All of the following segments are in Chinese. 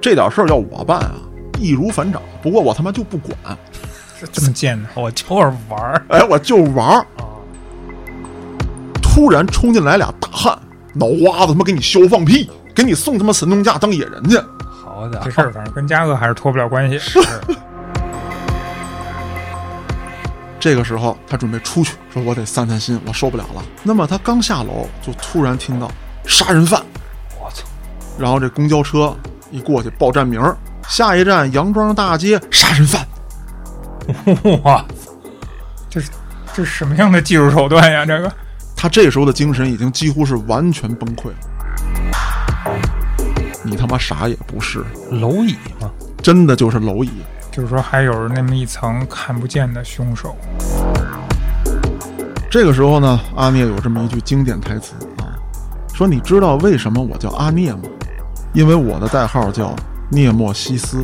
这点事儿要我办啊，易如反掌。不过我他妈就不管， 这么贱呢？ 我就是玩儿， 哎，我就玩儿。突然冲进来俩大汉，脑瓜子他妈给你削放屁，给你送他妈神农架当野人去。 好家伙， 这事儿反正跟嘉哥还是脱不了关系。 是这个时候他准备出去，说我得散散心，我受不了了。那么他刚下楼，就突然听到杀人犯， 我操！ 然后这公交车一过去报站名，下一站杨庄大街杀人犯。 哇， 这是什么样的技术手段呀？这个他这时候的精神已经几乎是完全崩溃了。你他妈啥也不是， 蝼蚁嘛， 真的就是蝼蚁。 就是说还有那么一层看不见的凶手。 这个时候呢，阿聂有这么一句经典台词啊，说你知道为什么我叫阿聂吗？因为我的代号叫涅莫西斯。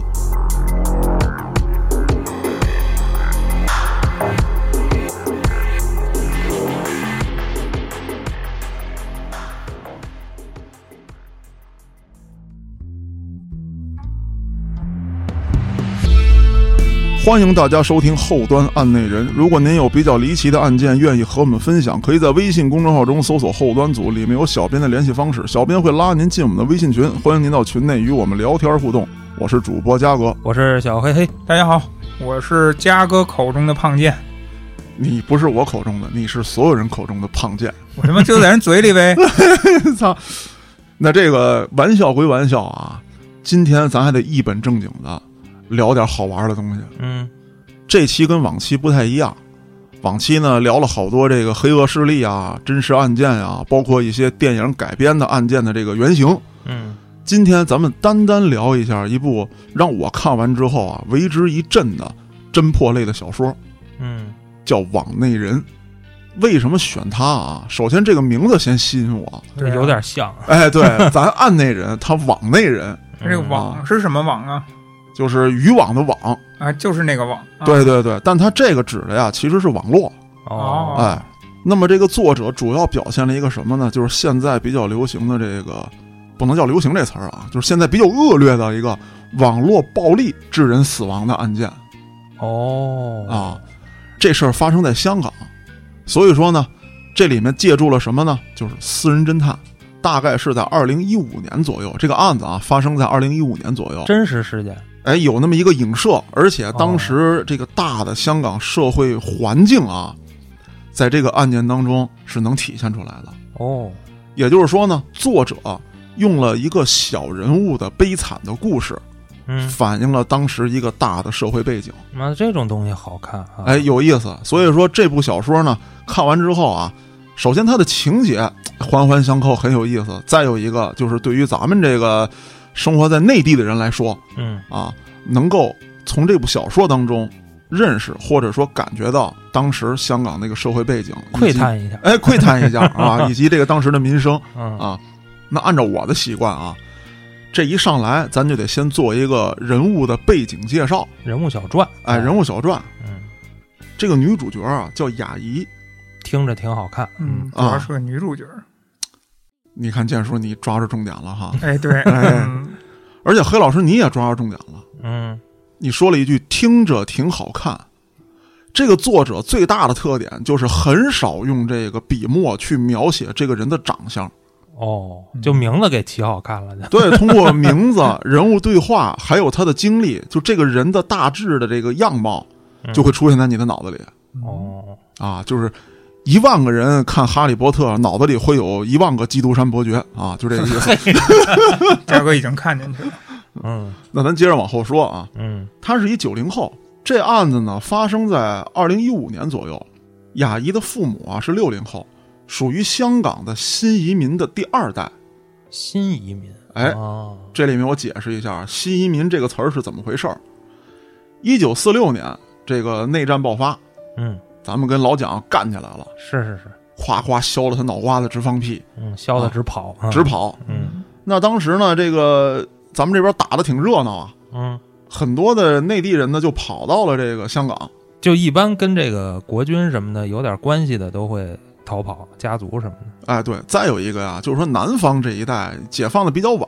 欢迎大家收听后端案内人。如果您有比较离奇的案件愿意和我们分享，可以在微信公众号中搜索后端组，里面有小编的联系方式，小编会拉您进我们的微信群，欢迎您到群内与我们聊天互动。我是主播嘉哥， 我是小黑黑。 大家好，我是嘉哥口中的胖健。 你不是我口中的，你是所有人口中的胖健。 我他妈就在人嘴里呗。 操！那这个玩笑归玩笑啊，今天咱还得一本正经的聊点好玩的东西。这期跟往期不太一样，往期呢聊了好多这个黑恶势力啊、真实案件啊，包括一些电影改编的案件的这个原型。今天咱们单单聊一下一部让我看完之后啊为之一振的侦破类的小说，叫《网内人》。为什么选它啊？首先这个名字先吸引我， 对，有点像。 哎，对，咱案内人，他网内人。 这个网是什么网啊？ 就是渔网的网啊，就是那个网。 对对对，但它这个指的呀，其实是网络。 哦， 哎，那么这个作者主要表现了一个什么呢？就是现在比较流行的这个，不能叫流行这词儿啊，就是现在比较恶劣的一个网络暴力致人死亡的案件。 哦， 啊，这事儿发生在香港，所以说呢，这里面借助了什么呢？就是私人侦探。大概是在2015年左右，这个案子啊发生在2015年左右， 真实事件。 哎，有那么一个影射，而且当时这个大的香港社会环境啊，在这个案件当中是能体现出来的。 哦， 也就是说呢，作者用了一个小人物的悲惨的故事，反映了当时一个大的社会背景。 那这种东西好看啊， 哎，有意思。所以说这部小说呢，看完之后啊，首先它的情节环环相扣，很有意思。再有一个就是对于咱们这个生活在内地的人来说，能够从这部小说当中认识或者说感觉到当时香港那个社会背景， 窥探一下， 哎，窥探一下啊，以及这个当时的民生啊。那按照我的习惯啊，这一上来咱就得先做一个人物的背景介绍， 人物小传。 哎，人物小传。这个女主角啊叫雅怡， 听着挺好看。 主要是个女主角。 你看建叔，你抓住重点了哈。 哎，对， 而且黑老师你也抓住重点了。你说了一句听着挺好看。这个作者最大的特点就是很少用这个笔墨去描写这个人的长相。 哦，就名字给起好看了。 对，通过名字、人物对话，还有他的经历，就这个人的大致的这个样貌，就会出现在你的脑子里。就是1万个人看哈利波特，脑子里会有1万个基督山伯爵啊，就这个意思。 嘉哥已经看进去了。 那咱接着往后说啊。他是一90后，这案子呢发生在2015年左右。雅怡的父母啊是60后，属于香港的新移民的第2代。 新移民， 哎，这里面我解释一下，新移民这个词儿是怎么回事儿。1946年，这个内战爆发，咱们跟老蒋干起来了， 是， 夸夸削了他脑瓜子直放屁， 削的直跑， 直跑。那当时呢，这个咱们这边打的挺热闹啊，很多的内地人呢就跑到了这个香港， 就一般跟这个国军什么的有点关系的都会逃跑，家族什么的。 哎，对。再有一个呀，就是说南方这一带解放的比较晚，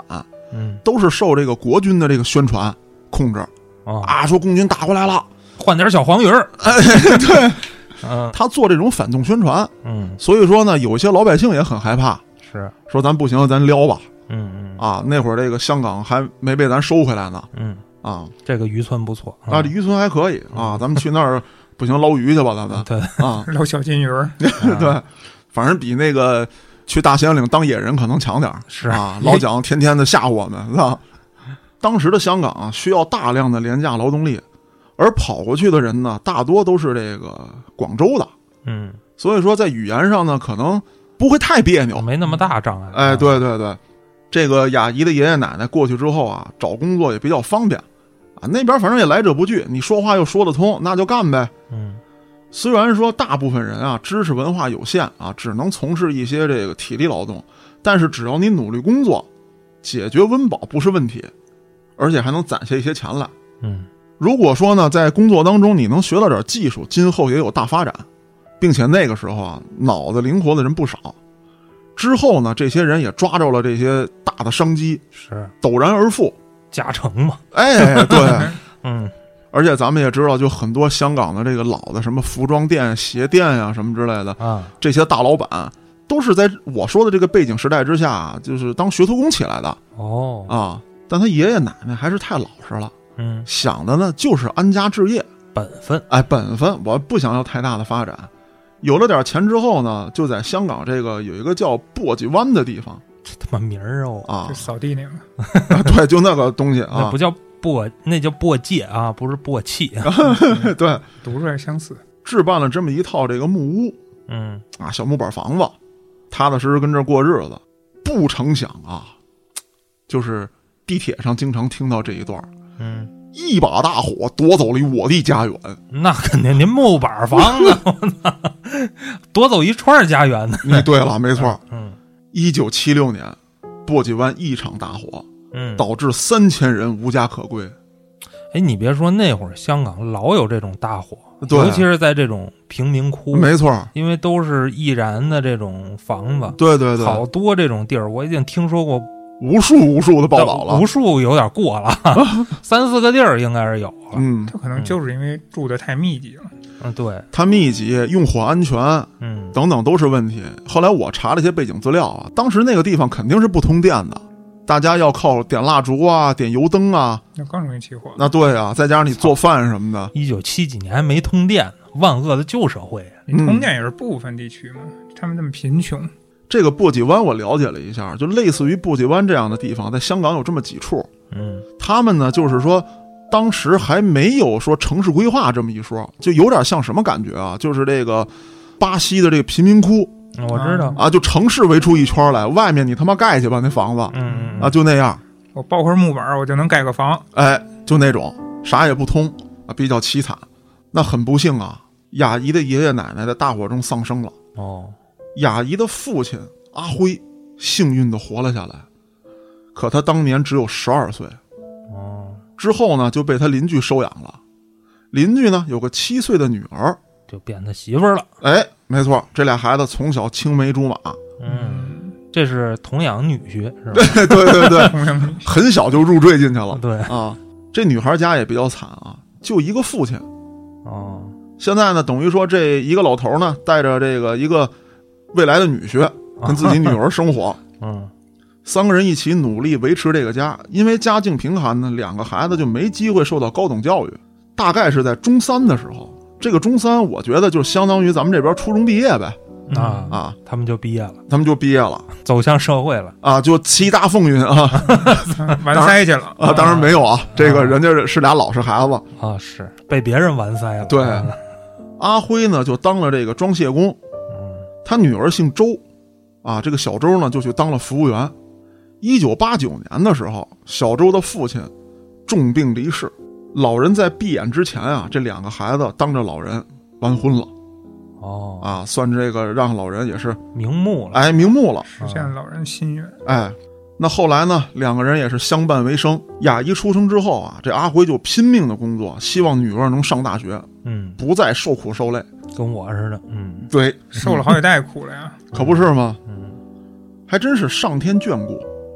都是受这个国军的这个宣传控制说共军打过来了， 换点小黄鱼儿， 对，他做这种反动宣传，所以说呢，有些老百姓也很害怕， 是说咱不行，咱撩吧，那会儿这个香港还没被咱收回来呢， 这个渔村不错这渔村还可以咱们去那儿不行捞鱼去吧，咱们对捞小金鱼儿， 对，反正比那个去大兴安岭当野人可能强点是老蒋天天的吓唬我们，是吧？当时的香港需要大量的廉价劳动力，而跑过去的人呢，大多都是这个广州的，所以说在语言上呢，可能不会太别扭， 没那么大障碍。 对对对，这个雅姨的爷爷奶奶过去之后找工作也比较方便那边反正也来者不拒，你说话又说得通，那就干呗。虽然说大部分人知识文化有限只能从事一些这个体力劳动，但是只要你努力工作，解决温饱不是问题，而且还能攒下一些钱来。如果说呢，在工作当中你能学到点技术，今后也有大发展，并且那个时候脑子灵活的人不少。之后呢，这些人也抓着了这些大的商机， 是陡然而富， 加成嘛。 对，而且咱们也知道，就很多香港的这个老的什么服装店、鞋店呀什么之类的这些大老板都是在我说的这个背景时代之下，就是当学徒工起来的但他爷爷奶奶还是太老实了，想的呢就是安家置业， 本分， 本分，我不想要太大的发展。有了点钱之后呢，就在香港这个有一个叫簸箕湾的地方， 这他妈名儿就扫地那个对，就那个东西那不叫那叫簸箕不是簸箕对， 读出来相似。 置办了这么一套这个木屋，小木板房子，踏踏实实跟这儿过日子。不成想就是地铁上经常听到这一段，一把大火夺走了我的家园。 那肯定，您木板房子夺走一串家园呢。 对了，没错。1976年，簸箕湾一场大火，导致3000人无家可归。 你别说，那会儿香港老有这种大火， 尤其是在这种贫民窟。 没错， 因为都是易燃的这种房子。 对对对， 好多这种地儿，我已经听说过无数的报道了， 无数有点过了，3-4个地儿应该是有了。 它可能就是因为住的太密集了。 对， 它密集、用火安全，等等都是问题。后来我查了一些背景资料当时那个地方肯定是不通电的，大家要靠点蜡烛点油灯那更容易起火。 那对再加上你做饭什么的。 1970几年还没通电呢，万恶的旧社会。 你通电也是部分地区嘛，他们这么贫穷。 这个簸箕湾我了解了一下，就类似于簸箕湾这样的地方，在香港有这么几处。他们呢就是说，当时还没有说城市规划这么一说，就有点像什么感觉就是这个巴西的这个贫民窟。 我知道就城市围出一圈来，外面你他妈盖去吧那房子，就那样。 我抱块木板我就能盖个房， 就那种啥也不通比较凄惨。那很不幸雅姨的爷爷奶奶在大火中丧生了。雅姨的父亲阿辉幸运地活了下来，可他当年只有12岁。之后呢就被他邻居收养了，邻居呢有个7岁的女儿， 就变他媳妇儿了。 没错，这俩孩子从小青梅竹马。 这是童养女婿是吧？ 对很小就入赘进去了。 对这女孩家也比较惨就一个父亲。现在呢等于说这一个老头呢带着这个一个未来的女婿跟自己女儿生活。3个人一起努力维持这个家，因为家境贫寒呢，2个孩子就没机会受到高等教育。大概是在中3的时候，这个中3我觉得就相当于咱们这边初中毕业呗。 他们就毕业了，走向社会了就7大风云完塞去了当然没有这个人家是俩老实孩子是被别人完塞了。 对，阿辉呢就当了这个装卸工，他女儿姓周这个小周呢就去当了服务员。1989年的时候，小周的父亲重病离世，老人在闭眼之前这2个孩子当着老人完婚了。算这个让老人也是瞑目了， 实现老人心愿。 那后来呢，2个人也是相伴为生。雅姨出生之后这阿辉就拼命的工作，希望女儿能上大学，不再受苦受累， 跟我似的。 对， 受了好几代苦了呀， 可不是吗？还真是上天眷顾。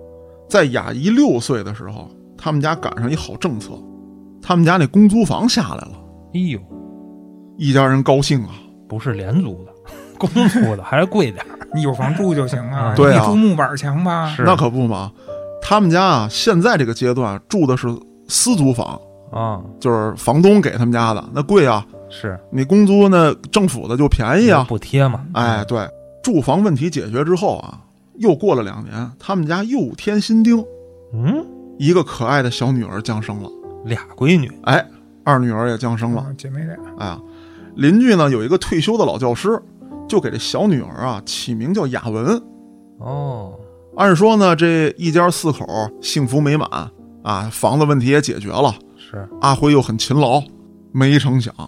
在雅怡6岁的时候，他们家赶上一好政策，他们家那公租房下来了。 哎呦， 一家人高兴啊！ 不是廉租的，公租的还是贵点你有房住就行啊， 对啊， 你住木板墙吧？ 那可不嘛。他们家啊，现在这个阶段住的是私租房啊， 就是房东给他们家的，那贵啊。 是你公租呢，政府的就便宜啊， 补贴嘛。 哎，对，住房问题解决之后啊，又过了2年，他们家又添新丁，一个可爱的小女儿降生了 ，2闺女， 哎，2女儿也降生了， 姐妹俩。 哎呀，邻居呢有一个退休的老教师，就给这小女儿啊起名叫雅文。 哦， 按说呢，这一家4口幸福美满啊，房子问题也解决了。 是阿辉又很勤劳，没成想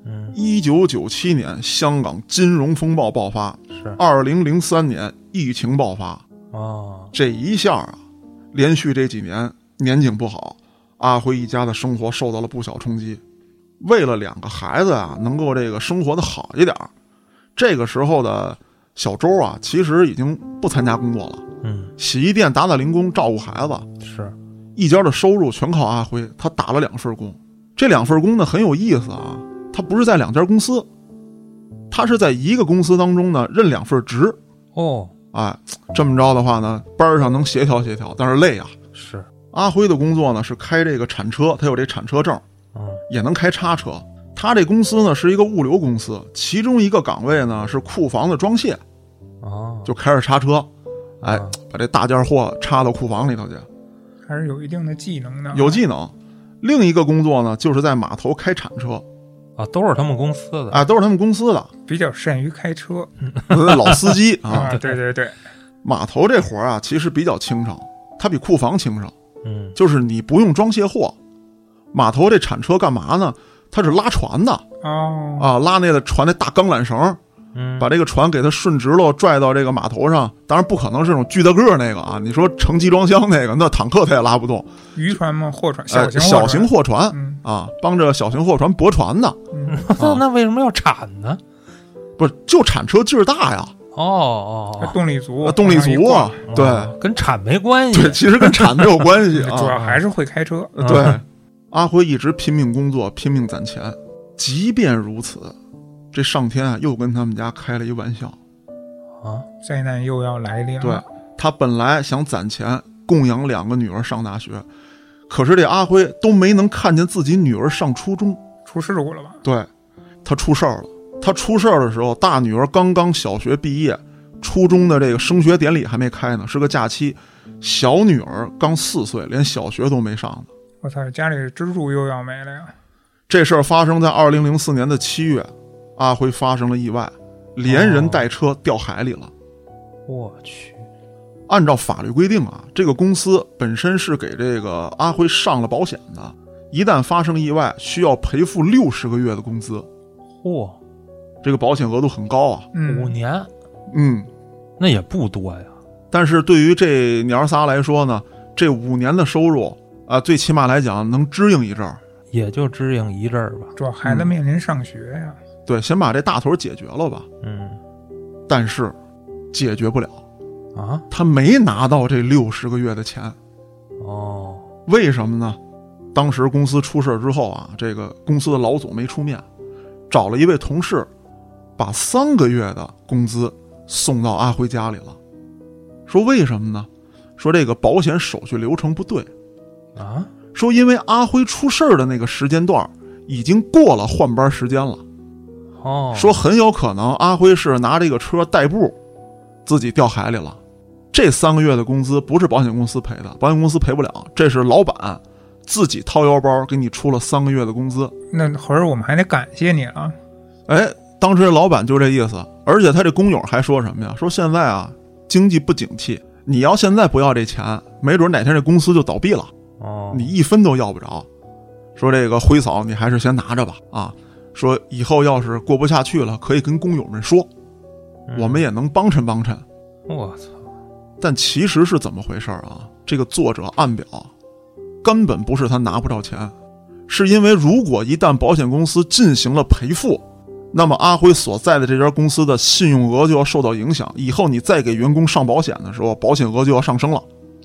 ，1997年香港金融风暴爆发， 是 2003年疫情爆发。 哦， 这一下啊，连续这几年年景不好，阿辉一家的生活受到了不小冲击。为了2个孩子啊能够这个生活的好一点，这个时候的小周啊其实已经不参加工作了，洗衣店打打零工照顾孩子， 是一家的收入全靠阿辉，他打了2份工。这2份工呢很有意思啊，他不是在2家公司，他是在一个公司当中呢任2份职。 哦， 哎，这么着的话呢，班上能协调协调，但是累啊。 是阿辉的工作呢是开这个铲车，他有这铲车证，也能开叉车。他这公司呢是一个物流公司，其中一个岗位呢是库房的装卸，就开着叉车，哎，把这大件货插到库房里头去， 还是有一定的技能的。 有技能。另一个工作呢就是在码头开铲车， 啊，都是他们公司的， 啊，都是他们公司的， 比较善于开车， 老司机啊。 对对对， 码头这活啊其实比较轻省，它比库房轻省。就是你不用装卸货，码头这铲车干嘛呢？它是拉船的拉那个船那大钢缆绳，把这个船给它顺直了拽到这个码头上。当然不可能是那种巨大个那个啊，你说盛集装箱那个，那坦克它也拉不动。 渔船吗？货船？ 小型货船啊，帮着小型货船驳船的。 那为什么要铲呢？ 不是，就铲车劲儿大呀。 动力足， 动力足啊，对， 跟铲没关系。 对，其实跟铲没有关系啊， 主要还是会开车。 对，阿辉一直拼命工作，拼命攒钱。即便如此，这上天啊又跟他们家开了一玩笑啊，灾难又要来临了。 对，他本来想攒钱供养2个女儿上大学，可是这阿辉都没能看见自己女儿上初中， 出事故了吧？ 对，他出事儿了。他出事儿的时候，大女儿刚刚小学毕业，初中的这个升学典礼还没开呢，是个假期。小女儿刚4岁，连小学都没上呢。 我操，家里支柱又要没了呀！ 这事儿发生在2004年的7月，阿辉发生了意外，连人带车掉海里了。 我去！ 按照法律规定啊，这个公司本身是给这个阿辉上了保险的，一旦发生意外，需要赔付60个月的工资。 嚯！ 这个保险额度很高啊 ，5年， 那也不多呀。 但是对于这娘仨来说呢，这5年的收入啊，最起码来讲能支应一阵儿， 也就支应一阵儿吧。 主要孩子面临上学呀。 对，先把这大头解决了吧。但是解决不了啊， 他没拿到这60个月的钱。为什么呢？当时公司出事之后啊，这个公司的老总没出面，找了一位同事，把3个月的工资送到阿辉家里了。说为什么呢？说这个保险手续流程不对啊。 说因为阿辉出事的那个时间段已经过了换班时间了。说很有可能阿辉是拿这个车代步，自己掉海里了。这3个月的工资不是保险公司赔的，保险公司赔不了，这是老板自己掏腰包给你出了3个月的工资。 那合着我们还得感谢你啊。 当时老板就这意思。而且他这工友还说什么呀？说现在啊经济不景气，你要现在不要这钱，没准哪天这公司就倒闭了，你1分都要不着。说这个辉嫂你还是先拿着吧啊，说以后要是过不下去了，可以跟工友们说，我们也能帮衬帮衬。 我操！ 但其实是怎么回事啊？这个作者暗表，根本不是他拿不着钱，是因为如果一旦保险公司进行了赔付，那么阿辉所在的这家公司的信用额就要受到影响，以后你再给员工上保险的时候，保险额就要上升了。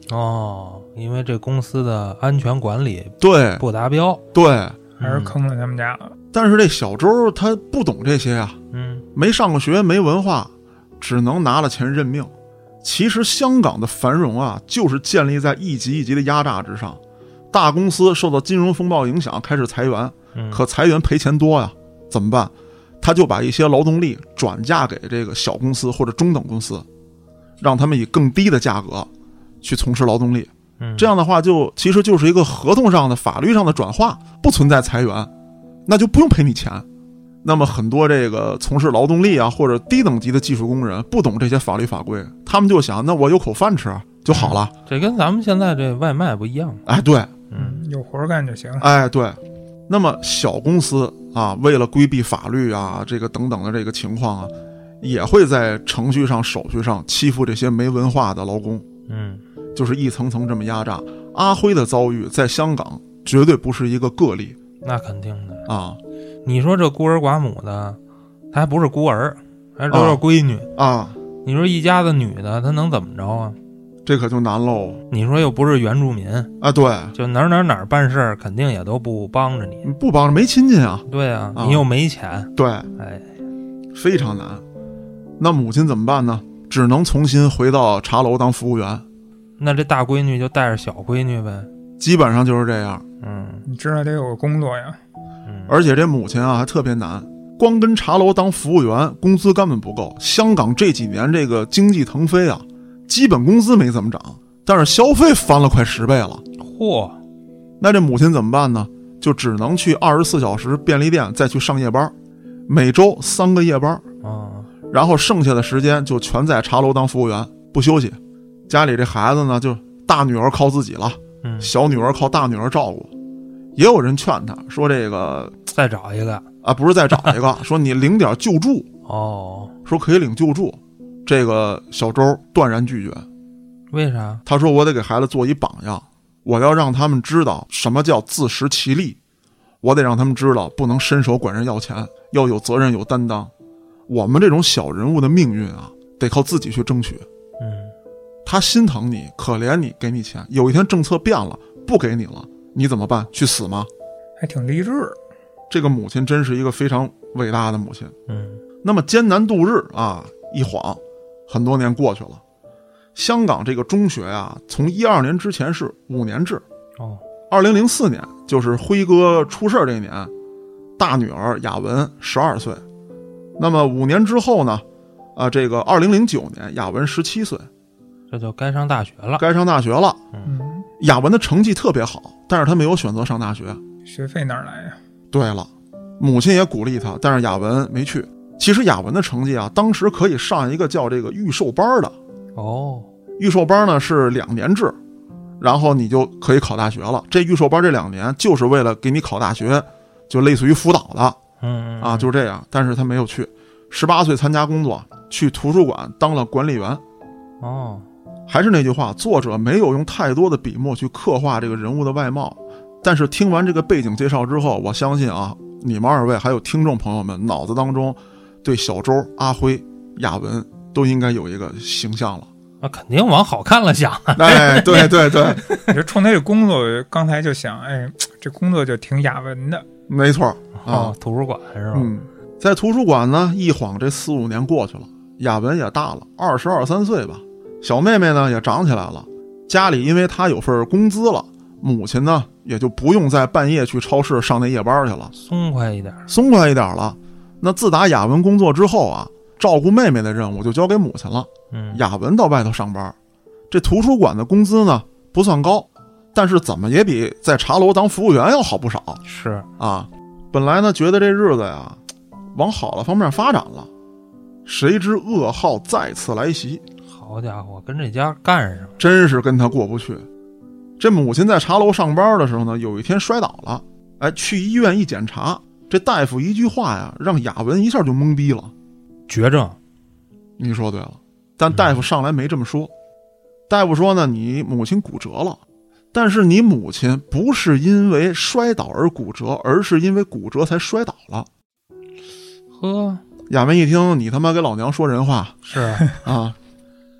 哦，因为这公司的安全管理对不达标， 对， 还是坑了他们家了。 但是这小周他不懂这些啊，没上过学，没文化，只能拿了钱认命。其实香港的繁荣啊，就是建立在一级一级的压榨之上。大公司受到金融风暴影响，开始裁员，可裁员赔钱多呀，怎么办？他就把一些劳动力转嫁给这个小公司或者中等公司，让他们以更低的价格去从事劳动力。这样的话其实就是一个合同上的法律上的转化，不存在裁员，那就不用赔你钱。那么很多这个从事劳动力啊或者低等级的技术工人不懂这些法律法规，他们就想那我有口饭吃就好了。 这跟咱们现在这外卖不一样。 哎，对， 有活干就行。 哎，对。那么小公司啊，为了规避法律啊这个等等的这个情况啊，也会在程序上手续上欺负这些没文化的劳工。就是一层层这么压榨。阿辉的遭遇在香港绝对不是一个个例。 那肯定的啊。 你说这孤儿寡母的，他还不是孤儿，还都是闺女啊。 你说一家子女的，他能怎么着啊？ 这可就难喽。 你说又不是原住民啊，对， 就哪儿办事儿，肯定也都不帮着你， 不帮着没亲戚啊。 对啊，你又没钱， 对， 哎， 非常难。那母亲怎么办呢？只能重新回到茶楼当服务员。 那这大闺女就带着小闺女呗， 基本上就是这样。 你知道得有个工作呀。 而且这母亲啊还特别难，光跟茶楼当服务员工资根本不够。香港这几年这个经济腾飞啊，基本工资没怎么涨，但是消费翻了快10倍了。 嚯！ 那这母亲怎么办呢？就只能去24小时便利店再去上夜班，每周3个夜班，然后剩下的时间就全在茶楼当服务员，不休息。家里这孩子呢，就大女儿靠自己了，小女儿靠大女儿照顾。也有人劝他说这个再找一个啊，不是再找一个，说你领点救助。说可以领救助。这个小周断然拒绝。 为啥？ 他说我得给孩子做一榜样，我要让他们知道什么叫自食其力，我得让他们知道不能伸手管人要钱，要有责任有担当。我们这种小人物的命运啊，得靠自己去争取。他心疼你，可怜你，给你钱，有一天政策变了，不给你了，你怎么办？去死吗？ 还挺励志。 这个母亲真是一个非常伟大的母亲。那么艰难度日啊，一晃很多年过去了。香港这个中学啊，从12年之前是5年制。2004年就是辉哥出事这年，大女儿雅文12岁。那么5年之后呢，这个2009年雅文17岁。 这就该上大学了。 该上大学了。雅文的成绩特别好，但是他没有选择上大学。 学费哪儿来呀？ 对了，母亲也鼓励他，但是雅文没去。其实雅文的成绩啊，当时可以上一个叫这个预授班的。预授班呢是2年制，然后你就可以考大学了。这预授班这2年就是为了给你考大学，就类似于辅导的。就这样。但是他没有去。18岁参加工作，去图书馆当了管理员。还是那句话，作者没有用太多的笔墨去刻画这个人物的外貌，但是听完这个背景介绍之后，我相信啊，你们2位还有听众朋友们脑子当中对小周、阿辉、雅文都应该有一个形象了。 肯定往好看了想。 哎，对对对。 你就冲他这工作，刚才就想，哎，这工作就挺雅文的。 没错。 图书馆是吧？ 在图书馆呢，一晃这4、5年过去了，雅文也大了，22、23岁吧。小妹妹呢也长起来了，家里因为她有份工资了，母亲呢也就不用在半夜去超市上那夜班去了，松快一点了。那自打雅文工作之后啊，照顾妹妹的任务就交给母亲了。雅文到外头上班，这图书馆的工资呢不算高，但是怎么也比在茶楼当服务员要好不少。 是啊，本来呢觉得这日子呀往好了方面发展了，谁知噩耗再次来袭。 好家伙，跟这家干上， 真是跟他过不去。这母亲在茶楼上班的时候呢，有一天摔倒了，去医院一检查，这大夫一句话呀，让雅文一下就懵逼了。 绝症。 你说对了，但大夫上来没这么说。大夫说呢，你母亲骨折了，但是你母亲不是因为摔倒而骨折，而是因为骨折才摔倒了。 呵， 雅文一听，你他妈给老娘说人话。 是啊。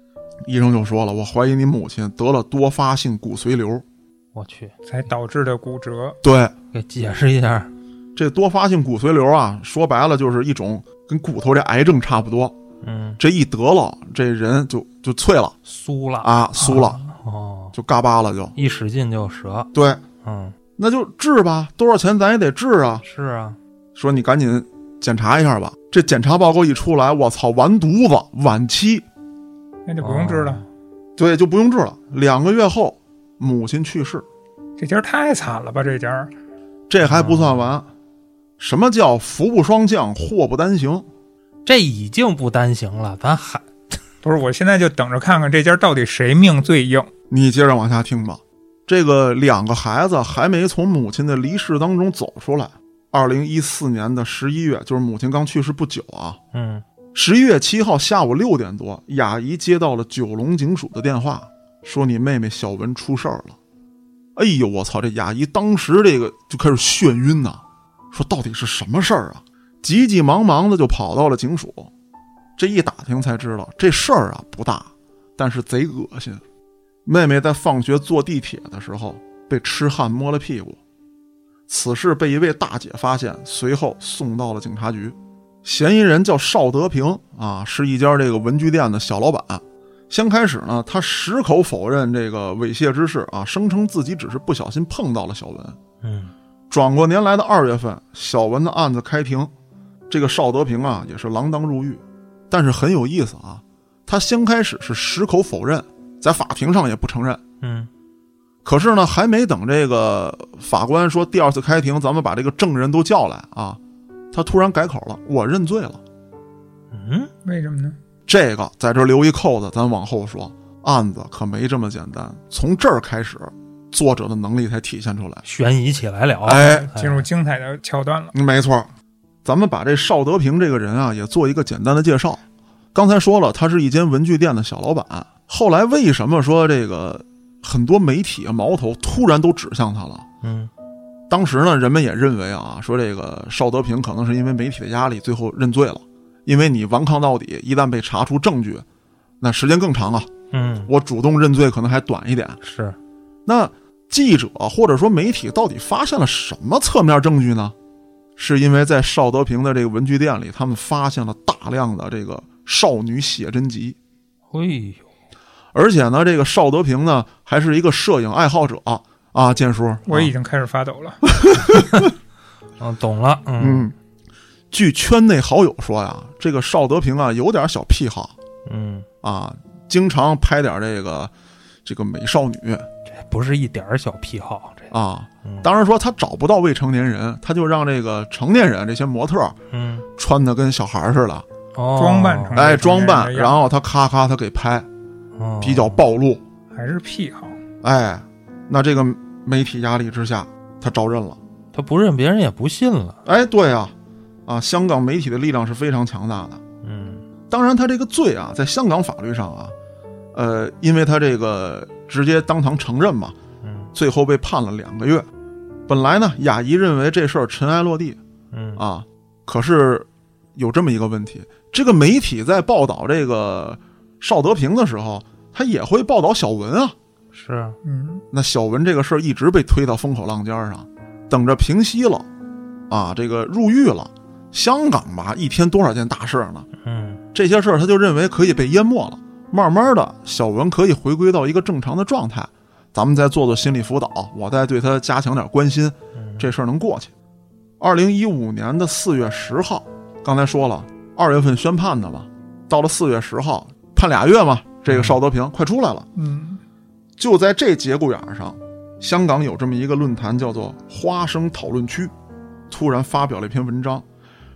医生就说了，我怀疑你母亲得了多发性骨髓瘤。 我去， 才导致的骨折。 对， 给解释一下。 这多发性骨髓瘤啊，说白了就是一种跟骨头这癌症差不多。这一得了，这人就脆了， 酥了啊，酥了，就嘎巴了，就一使劲就折。 对，那就治吧，多少钱咱也得治啊。 是啊， 说你赶紧检查一下吧。这检查报告一出来，我操，完犊子，晚期， 那就不用治了。 对，就不用治了。2个月后，母亲去世。 这家太惨了吧？ 这还不算完，什么叫福不双降，祸不单行？ 这已经不单行了，咱还不是？我现在就等着看看这家到底谁命最硬。 你接着往下听吧。这个2个孩子还没从母亲的离世当中走出来。2014年的11月，就是母亲刚去世不久啊。11月7号下午6点多，雅姨接到了九龙警署的电话，说你妹妹小文出事儿了。哎呦，我操！这雅姨当时这个就开始眩晕呐，说到底是什么事儿啊？急急忙忙的就跑到了警署。这一打听才知道，这事儿啊不大，但是贼恶心。妹妹在放学坐地铁的时候被痴汉摸了屁股，此事被一位大姐发现，随后送到了警察局。嫌疑人叫邵德平啊，是一家这个文具店的小老板。先开始呢，他矢口否认这个猥亵之事啊，声称自己只是不小心碰到了小文。转过年来的2月份，小文的案子开庭，这个邵德平啊也是锒铛入狱。但是很有意思啊，他先开始是矢口否认，在法庭上也不承认。可是呢，还没等这个法官说第2次开庭，咱们把这个证人都叫来啊，他突然改口了，我认罪了。 为什么呢？ 这个在这留一扣子，咱往后说。案子可没这么简单，从这儿开始，作者的能力才体现出来， 悬疑起来了。 进入精彩的桥段了。 没错，咱们把这邵德平这个人啊，也做一个简单的介绍。刚才说了，他是一间文具店的小老板。后来为什么说这个很多媒体矛头突然都指向他了？当时呢，人们也认为啊，说这个邵德平可能是因为媒体的压力，最后认罪了。因为你顽抗到底，一旦被查出证据，那时间更长啊。我主动认罪可能还短一点。 是， 那记者或者说媒体到底发现了什么侧面证据呢？是因为在邵德平的这个文具店里，他们发现了大量的这个少女写真集。而且呢，这个邵德平呢还是一个摄影爱好者啊。建叔， 我已经开始发抖了。 懂了。 据圈内好友说呀，这个邵德平啊有点小癖好。经常拍点这个美少女。 这不是一点小癖好这啊。当然说他找不到未成年人，他就让这个成年人这些模特穿的跟小孩似的， 装扮成装扮，然后他咔他给拍，比较暴露， 还是癖好。 那这个媒体压力之下，他招认了。 他不认，别人也不信了。 对啊，香港媒体的力量是非常强大的。当然他这个罪啊，在香港法律上啊，因为他这个直接当堂承认嘛，最后被判了2个月。本来呢，雅姨认为这事儿尘埃落地，可是有这么一个问题，这个媒体在报道这个邵德平的时候，他也会报道小文啊。 是啊， 那小文这个事儿一直被推到风口浪尖上，等着平息了，这个入狱了。香港吧，一天多少件大事呢？这些事儿他就认为可以被淹没了。慢慢的，小文可以回归到一个正常的状态，咱们再做做心理辅导，我再对他加强点关心，这事儿能过去。2015年的4月10号，刚才说了2月份宣判的嘛，到了4月10号判2月嘛，这个邵德平快出来了。就在这节骨眼上，香港有这么一个论坛叫做花生讨论区，突然发表了一篇文章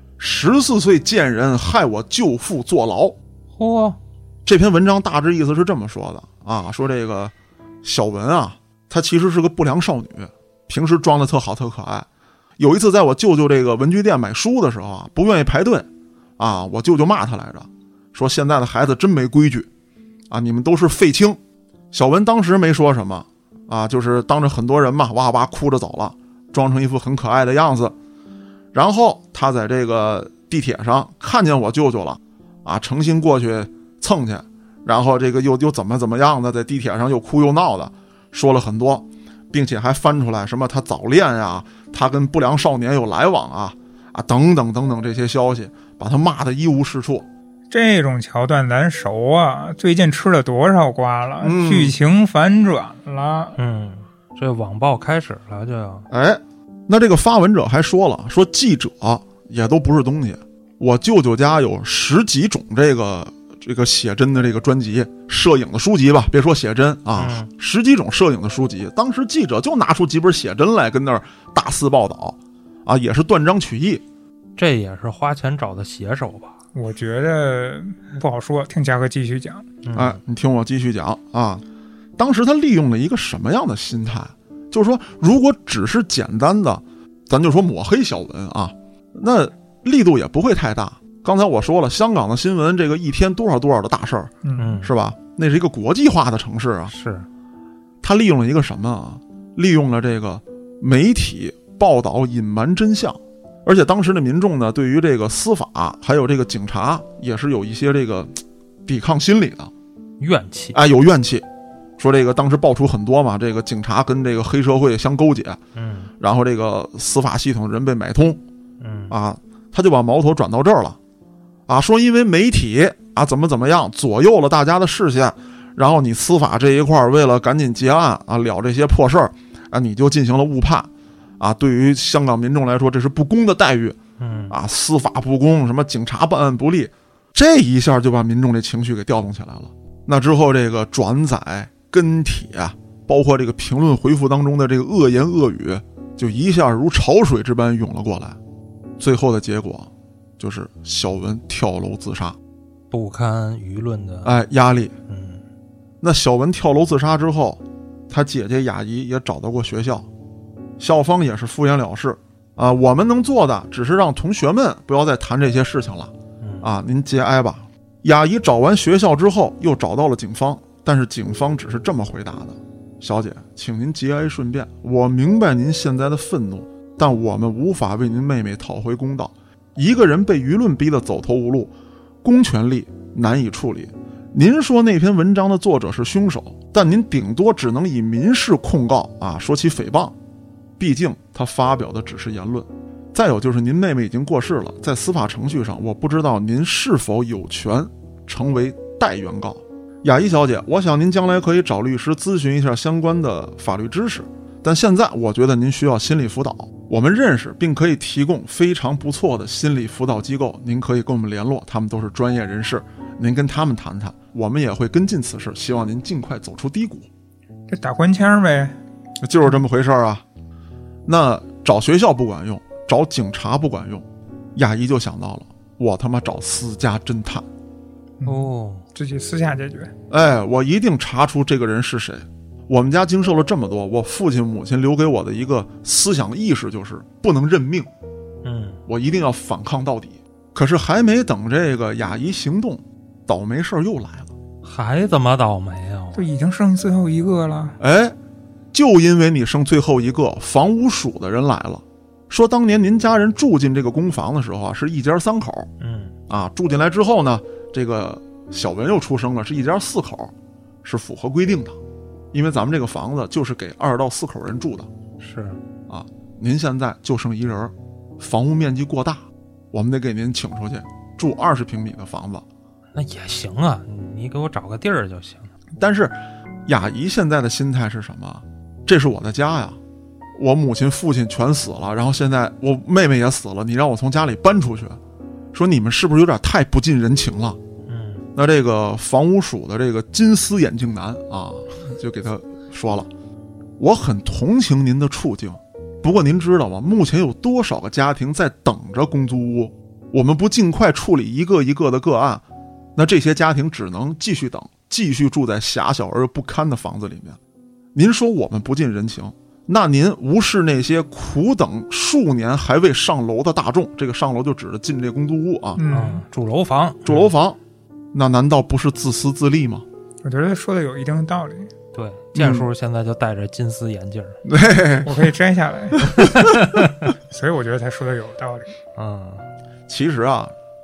，14岁贱人害我舅父坐牢。这篇文章大致意思是这么说的说这个小文啊，她其实是个不良少女，平时装的特好特可爱。有一次在我舅舅这个文具店买书的时候不愿意排队我舅舅骂她来着，说现在的孩子真没规矩你们都是废青。小文当时没说什么就是当着很多人嘛，哇哇哭着走了，装成一副很可爱的样子。然后他在这个地铁上看见我舅舅了诚心过去蹭去， 然后这个又怎么样的，在地铁上又哭又闹的，说了很多，并且还翻出来什么他早恋呀，他跟不良少年有来往啊等等等等这些消息，把他骂得一无是处。 这种桥段咱熟啊，最近吃了多少瓜了，剧情反转了。 这网暴开始了就要。 那这个发文者还说了，说记者也都不是东西，我舅舅家有10几种这个写真的这个专辑，摄影的书籍吧，别说写真啊，10几种摄影的书籍，当时记者就拿出几本写真来跟那儿大肆报道啊，也是断章取义。 这也是花钱找的写手吧？ 我觉得不好说，听嘉哥继续讲。 你听我继续讲啊。当时他利用了一个什么样的心态？就是说，如果只是简单的，咱就说抹黑小文啊，那力度也不会太大。刚才我说了，香港的新闻这个一天多少的大事儿，是吧？那是一个国际化的城市啊。 是。 他利用了一个什么啊？利用了这个媒体报道隐瞒真相。而且当时的民众呢，对于这个司法还有这个警察也是有一些这个抵抗心理的怨气， 有怨气。说这个当时爆出很多嘛，这个警察跟这个黑社会相勾结，然后这个司法系统人被买通，他就把矛头转到这儿了，说因为媒体怎么样左右了大家的视线，然后你司法这一块为了赶紧结案了这些破事儿你就进行了误判。对于香港民众来说，这是不公的待遇，司法不公，什么警察办案不力，这一下就把民众这情绪给调动起来了。那之后，这个转载、跟帖，包括这个评论回复当中的这个恶言恶语，就一下如潮水之般涌了过来。最后的结果就是小文跳楼自杀， 不堪舆论的压力。那小文跳楼自杀之后，他姐姐雅怡也找到过学校。校方也是敷衍了事我们能做的只是让同学们不要再谈这些事情了您节哀吧。雅怡找完学校之后又找到了警方，但是警方只是这么回答的：小姐，请您节哀顺变，我明白您现在的愤怒，但我们无法为您妹妹讨回公道。一个人被舆论逼得走投无路，公权力难以处理。您说那篇文章的作者是凶手，但您顶多只能以民事控告说其诽谤，毕竟他发表的只是言论。再有就是您妹妹已经过世了，在司法程序上我不知道您是否有权成为代原告。雅怡小姐，我想您将来可以找律师咨询一下相关的法律知识，但现在我觉得您需要心理辅导，我们认识并可以提供非常不错的心理辅导机构，您可以跟我们联络，他们都是专业人士，您跟他们谈谈，我们也会跟进此事，希望您尽快走出低谷。 这打官腔呗， 就是这么回事啊。那找学校不管用，找警察不管用，雅怡就想到了，我他妈找私家侦探。 自己私下解决。 我一定查出这个人是谁。我们家经受了这么多，我父亲母亲留给我的一个思想意识就是不能认命，我一定要反抗到底。可是还没等这个雅怡行动，倒霉事又来了。 还怎么倒霉啊？ 就已经剩最后一个了。 就因为你剩最后一个，房屋署的人来了，说当年您家人住进这个公房的时候是一家3口，住进来之后呢，这个小文又出生了，是一家4口，是符合规定的，因为咱们这个房子就是给2到4口人住的。 是您现在就剩一人，房屋面积过大，我们得给您请出去住20平米的房子。 那也行啊，你给我找个地儿就行。 但是雅怡现在的心态是什么？这是我的家呀，我母亲父亲全死了，然后现在我妹妹也死了，你让我从家里搬出去，说你们是不是有点太不近人情了？那这个房屋署的这个金丝眼镜男就给他说了，我很同情您的处境，不过您知道吗？目前有多少个家庭在等着公租屋？我们不尽快处理一个一个的个案，那这些家庭只能继续等，继续住在狭小而不堪的房子里面。您说我们不近人情，那您无视那些苦等数年还未上楼的大众，这个上楼就指着进这公租屋住楼房， 那难道不是自私自利吗？ 我觉得说的有一定的道理。 对，建叔现在就戴着金丝眼镜， 我可以摘下来。所以我觉得他说的有道理。 其实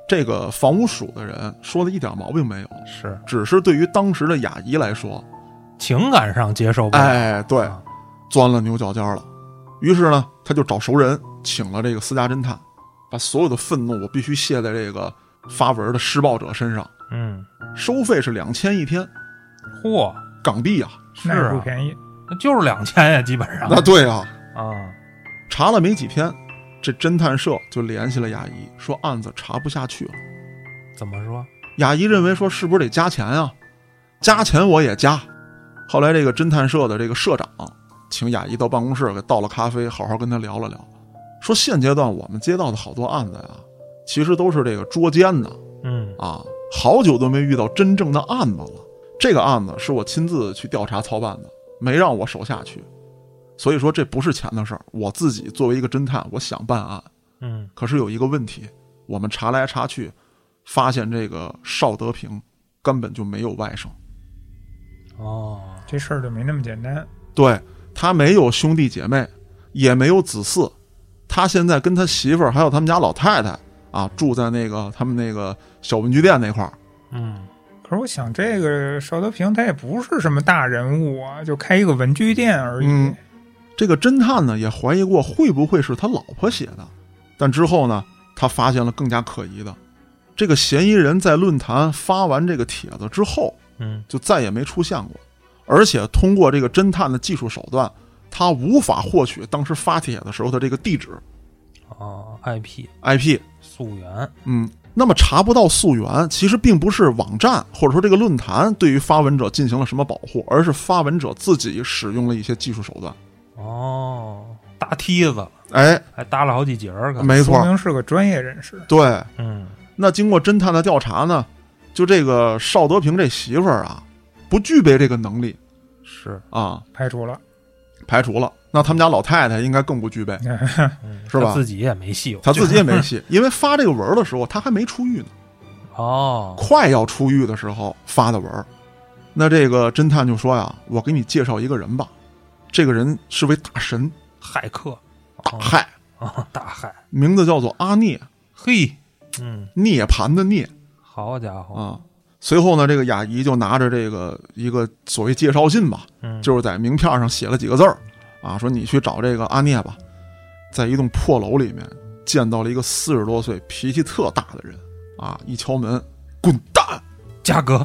这个房屋署的人说的一点毛病没有， 是， 只是对于当时的雅姨来说， 情感上接受不了。 哎，对，钻了牛角尖了。于是呢，他就找熟人，请了这个私家侦探，把所有的愤怒我必须卸在这个发文的施暴者身上。收费是2000一天， 嚯， 港币啊， 那不便宜， 那就是2000呀，基本上。 那对啊， 查了没几天，这侦探社就联系了雅姨，说案子查不下去了。 怎么说？ 雅姨认为说是不是得加钱啊？加钱我也加。后来这个侦探社的这个社长请雅姨到办公室给倒了咖啡，好好跟他聊了聊，说现阶段我们接到的好多案子呀，其实都是这个捉奸的，好久都没遇到真正的案子了。这个案子是我亲自去调查操办的，没让我手下去，所以说这不是钱的事儿。我自己作为一个侦探，我想办案，可是有一个问题，我们查来查去，发现这个邵德平根本就没有外甥。 这事儿就没那么简单。 对，他没有兄弟姐妹，也没有子嗣，他现在跟他媳妇儿还有他们家老太太住在那个他们那个小文具店那块儿。 可是我想这个邵德平他也不是什么大人物啊，就开一个文具店而已。 这个侦探呢也怀疑过会不会是他老婆写的，但之后呢他发现了更加可疑的，这个嫌疑人在论坛发完这个帖子之后就再也没出现过，而且通过这个侦探的技术手段，他无法获取当时发帖的时候的这个地址。IP 溯源。 那么查不到溯源，其实并不是网站或者说这个论坛对于发文者进行了什么保护，而是发文者自己使用了一些技术手段。 搭梯子，还搭了好几节儿， 没错， 说明是个专业人士。 对，那经过侦探的调查呢，就这个邵德平这媳妇儿不具备这个能力， 是排除了。 那他们家老太太应该更不具备，是吧？ 他自己也没戏， 因为发这个文的时候他还没出狱呢。快要出狱的时候发的文。那这个侦探就说呀，我给你介绍一个人吧，这个人是位大神， 骇客， 大骇大骇， 名字叫做阿聂。 嘿， 涅槃的涅， 好家伙随后呢，这个雅姨就拿着这个一个所谓介绍信吧，就是在名片上写了几个字儿说你去找这个阿聂吧。在一栋破楼里面见到了一个40多岁脾气特大的人一敲门，滚蛋， 嘉哥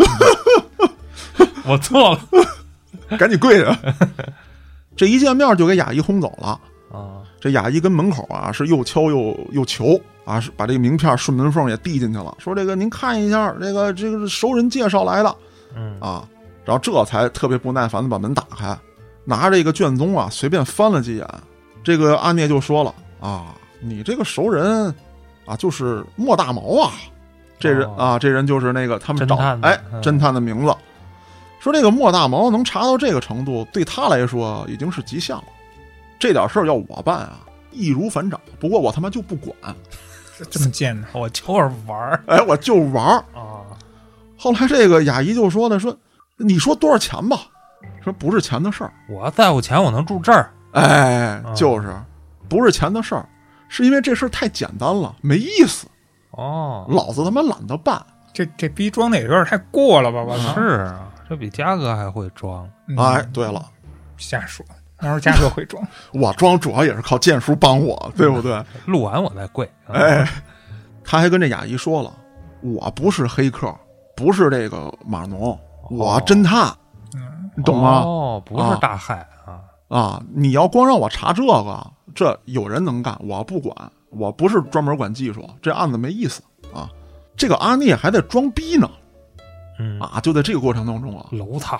我错了赶紧跪下这一见面就给雅姨轰走了这雅姨跟门口是又敲又求是把这个名片顺门缝也递进去了，说这个您看一下，这个熟人介绍来的然后这才特别不耐烦的把门打开，拿着一个卷宗随便翻了几眼。这个阿聂就说了你这个熟人就是莫大毛这人这人就是那个他们找侦探的名字。说这个莫大毛能查到这个程度，对他来说已经是极限了。这点事儿要我办易如反掌，不过我他妈就不管。 这么贱呢？ 我就是玩我就玩后来这个雅姨就说呢，说你说多少钱吧？说不是钱的事儿， 我在乎钱，我能住这儿。 就是不是钱的事儿，是因为这事儿太简单了，没意思。老子他妈懒得办。 这逼装的也有点太过了吧？我操！ 是这比嘉哥还会装。 对了， 瞎说，哪有嘉哥会装？ 我装主要也是靠剑叔帮我，对不对？ 录完我再跪。 他还跟这雅姨说了，我不是黑客，不是这个码农，我侦探。你懂吗？ 不是大害你要光让我查这有人能干，我不管，我不是专门管技术，这案子没意思这个阿聂还在装逼呢，就在这个过程当中楼塌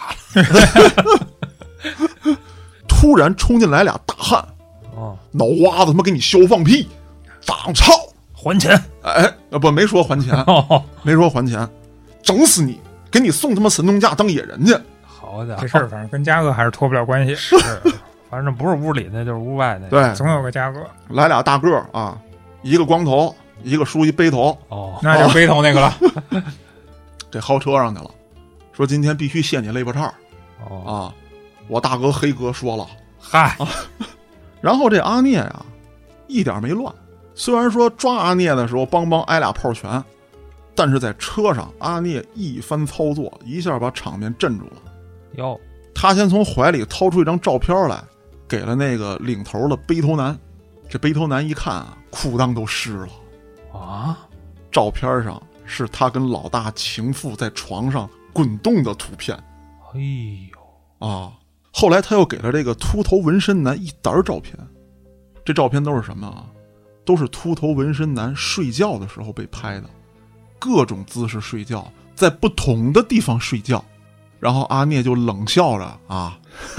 了， 突然冲进来俩大汉脑瓜子他妈给你削放屁，当操， 还钱！ 没说还钱，没说还钱，整死你，给你送他妈神农架当野人去。 好家伙， 这事儿反正跟嘉哥还是脱不了关系。 是，反正不是屋里那就是屋外那。 对， 总有个嘉哥。 来俩大个一个光头，一个梳一背头。 那就背头那个了。 这薅车上去了，说今天必须卸你肋巴叉。我大哥黑哥说了。 嗨。 然后这阿聂一点没乱， 虽然说抓阿聂的时候邦邦挨俩炮拳，但是在车上阿聂一番操作，一下把场面镇住了。 哟， 他先从怀里掏出一张照片来，给了那个领头的背头男。这背头男一看啊，裤裆都湿了啊！ 照片上是他跟老大情妇在床上滚动的图片。 哎呦啊！后来他又给了这个秃头纹身男一沓照片，这照片都是什么啊？都是秃头纹身男睡觉的时候被拍的，各种姿势睡觉，在不同的地方睡觉。然后阿聂就冷笑着啊，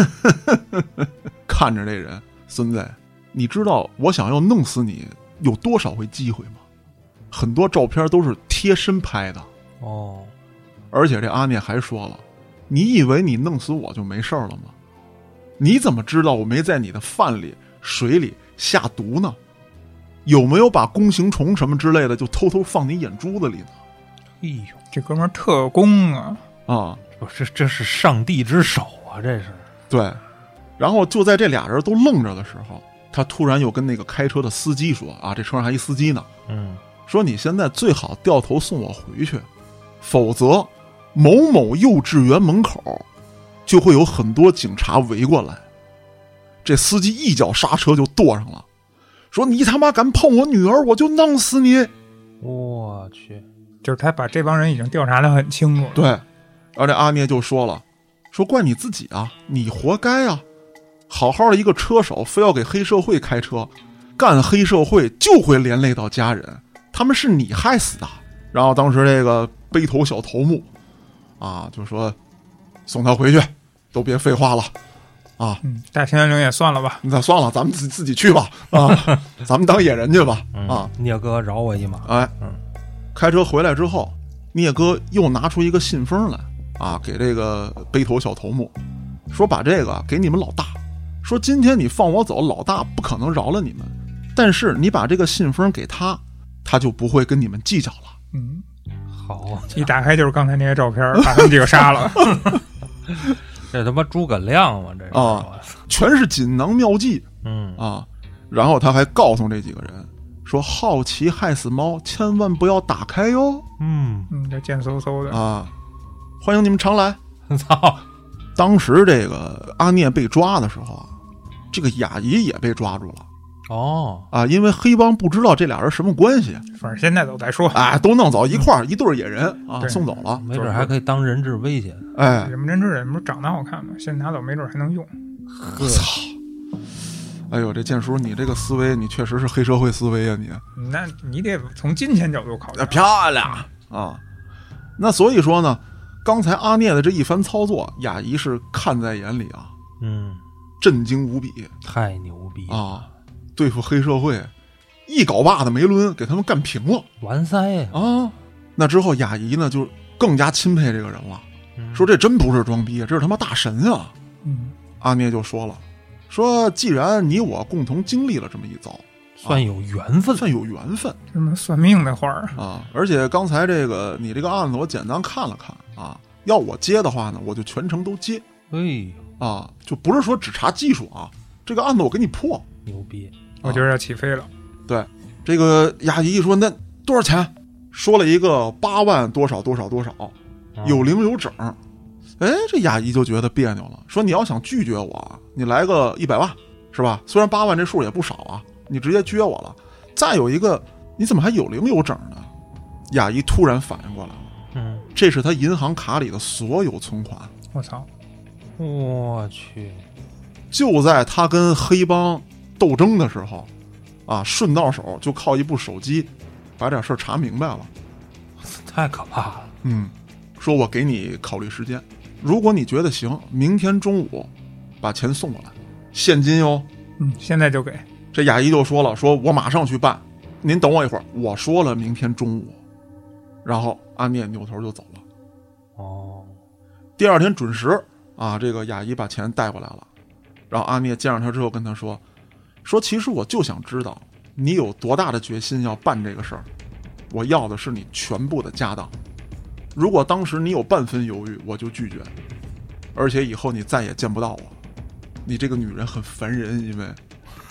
看着这人，孙子，你知道我想要弄死你有多少回机会吗？很多照片都是贴身拍的哦。 而且这阿聂还说了，你以为你弄死我就没事了吗？你怎么知道我没在你的饭里水里下毒呢？有没有把弓形虫什么之类的就偷偷放你眼珠子里呢？ 哎呦， 这哥们儿特工啊！ 啊， 这是上帝之手啊！这是对。然后就在这俩人都愣着的时候，他突然又跟那个开车的司机说啊，这车上还一司机呢，说你现在最好掉头送我回去，否则某某幼稚园门口就会有很多警察围过来。这司机一脚刹车就跺上了，说你他妈敢碰我女儿，我就弄死你！ 我去， 就是他把这帮人已经调查得很清楚了。 对，然后这阿聂就说了，说怪你自己啊，你活该啊！好好的一个车手，非要给黑社会开车，干黑社会就会连累到家人，他们是你害死的。然后当时这个背头小头目啊，就说送他回去，都别废话了啊。 大秦元陵也算了吧， 那算了，咱们自己去吧啊，咱们当野人去吧啊。 聂哥饶我一马。 哎，开车回来之后，聂哥又拿出一个信封来啊，给这个背头小头目说，把这个给你们老大，说今天你放我走，老大不可能饶了你们，但是你把这个信封给他，他就不会跟你们计较了。 好， 一打开就是刚才那些照片，把他们几个杀了。 这他妈诸葛亮嘛，这是啊，全是锦囊妙计。啊，然后他还告诉这几个人说，好奇害死猫，千万不要打开哟。 这贱嗖嗖的啊，欢迎你们常来。 操！ 当时这个阿聂被抓的时候啊，这个雅仪也被抓住了。因为黑帮不知道这俩人什么关系， 反正现在走再说。 都弄走一块儿，一对野人啊，送走了， 没准还可以当人质威胁。 人们人质人不是长得好看吗？现在拿走没准还能用。 我操！哎呦，这建叔，你这个思维，你确实是黑社会思维啊！ 那你得从金钱角度考虑。 漂亮啊！那所以说呢，刚才阿聂的这一番操作，雅仪是看在眼里啊，震惊无比， 太牛逼啊！对付黑社会，一镐把子没抡，给他们干平了， 完塞啊！那之后，雅仪呢就更加钦佩这个人了，说这真不是装逼，这是他妈大神啊！阿聂就说了，说既然你我共同经历了这么一遭， 算有缘分， 算有缘分， 什么算命的话啊！而且刚才这个你这个案子我简单看了看啊，要我接的话呢，我就全程都接。啊，就不是说只查技术啊，这个案子我给你破， 牛逼！ 我觉得要起飞了。 对，这个雅仪一说那多少钱，说了一个8万多少多少多少，有零有整。哎，这雅仪就觉得别扭了，说你要想拒绝我，你来个100万是吧？虽然8万这数也不少啊，你直接撅我了。再有一个，你怎么还有零有整呢？雅仪突然反应过来了，这是他银行卡里的所有存款。 我操！ 我去！ 就在他跟黑帮斗争的时候，啊，顺到手就靠一部手机，把这事查明白了。 太可怕了。 说我给你考虑时间，如果你觉得行，明天中午把钱送过来，现金哟。 现在就给。 这雅仪就说了，说我马上去办，您等我一会儿。我说了明天中午，然后阿聂扭头就走了。第二天准时啊，这个雅仪把钱带过来了，然后阿聂见上他之后跟他说，其实我就想知道你有多大的决心要办这个事儿，我要的是你全部的家当，如果当时你有半分犹豫，我就拒绝，而且以后你再也见不到我，你这个女人很烦人，因为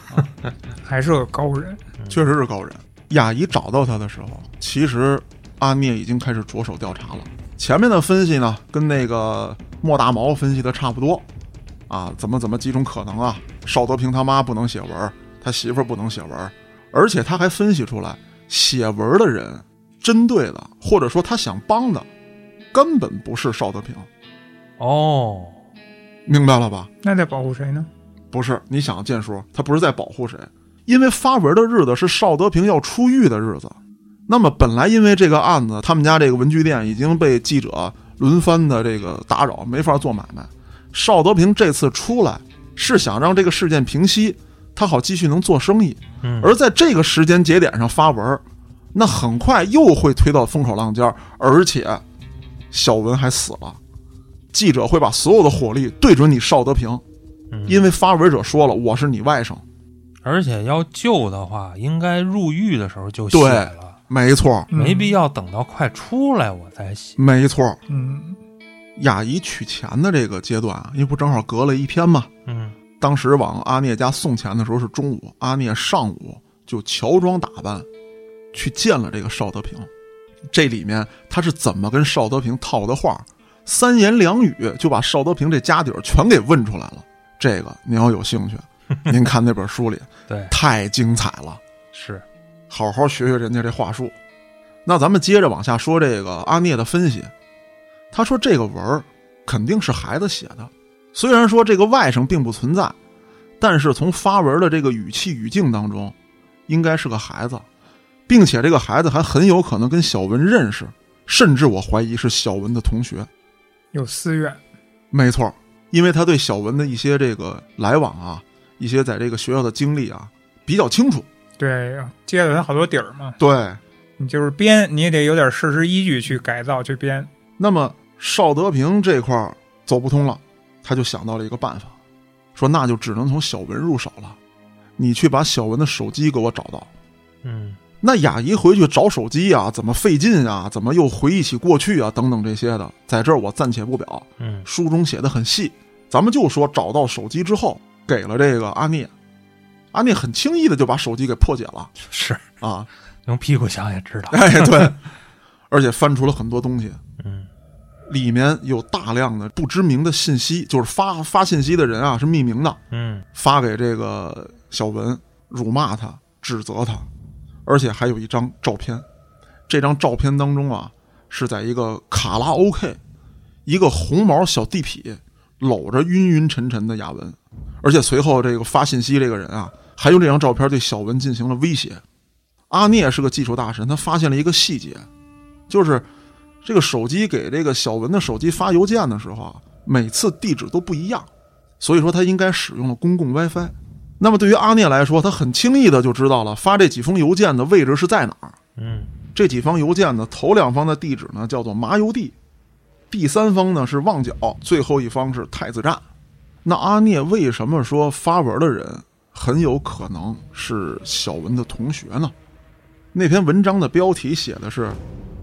还是个高人， 确实是高人。亚姨找到他的时候，其实阿聂已经开始着手调查了。前面的分析呢，跟那个莫大毛分析的差不多啊，怎么几种可能啊？邵德平他妈不能写文，他媳妇不能写文，而且他还分析出来，写文的人针对的，或者说他想帮的，根本不是邵德平。 哦， 明白了吧？ 那在保护谁呢？ 不是，你想建叔，他不是在保护谁，因为发文的日子是邵德平要出狱的日子。那么本来因为这个案子，他们家这个文具店已经被记者轮番的这个打扰，没法做买卖。邵德平这次出来是想让这个事件平息，他好继续能做生意。而在这个时间节点上发文，那很快又会推到风口浪尖，而且小文还死了，记者会把所有的火力对准你邵德平，因为发文者说了我是你外甥。 而且要救的话，应该入狱的时候就写了。 没错， 没必要等到快出来我再写。 没错， 亚姨取钱的这个阶段啊，因为不正好隔了一天嘛，当时往阿聂家送钱的时候是中午，阿聂上午就乔装打扮去见了这个邵德平。这里面他是怎么跟邵德平套的话，三言两语就把邵德平这家底儿全给问出来了。这个您要有兴趣，您看那本书里， 对， 太精彩了， 是。 好好学学人家这话术。那咱们接着往下说这个阿聂的分析。他说这个文肯定是孩子写的，虽然说这个外甥并不存在，但是从发文的这个语气语境当中，应该是个孩子，并且这个孩子还很有可能跟小文认识，甚至我怀疑是小文的同学， 有私怨。 没错，因为他对小文的一些这个来往啊，一些在这个学校的经历啊比较清楚。 对，接了他好多底儿嘛。 对， 你就是编，你也得有点事实依据去改造去编。 那么邵德平这块走不通了，他就想到了一个办法，说那就只能从小文入手了，你去把小文的手机给我找到。那亚姨回去找手机啊，怎么费劲啊，怎么又回忆起过去啊，等等这些的，在这儿我暂且不表。书中写的很细，咱们就说找到手机之后给了这个阿聂，阿聂很轻易的就把手机给破解了。 是啊， 用屁股想也知道。 哎，对，而且翻出了很多东西。里面有大量的不知名的信息，就是发信息的人啊是匿名的。发给这个小文，辱骂他，指责他，而且还有一张照片。这张照片当中啊，是在一个卡拉 OK， 一个红毛小地痞搂着晕晕沉沉的亚文，而且随后这个发信息这个人啊，还用这张照片对小文进行了威胁。阿聂是个技术大神，他发现了一个细节，就是这个手机给这个小文的手机发邮件的时候啊，每次地址都不一样，所以说他应该使用了公共 WiFi。那么对于阿聂来说，他很轻易的就知道了发这几封邮件的位置是在哪儿。这几封邮件的头两方的地址呢叫做麻油地，第三方呢是旺角，最后一方是太子站。那阿聂为什么说发文的人很有可能是小文的同学呢？那篇文章的标题写的是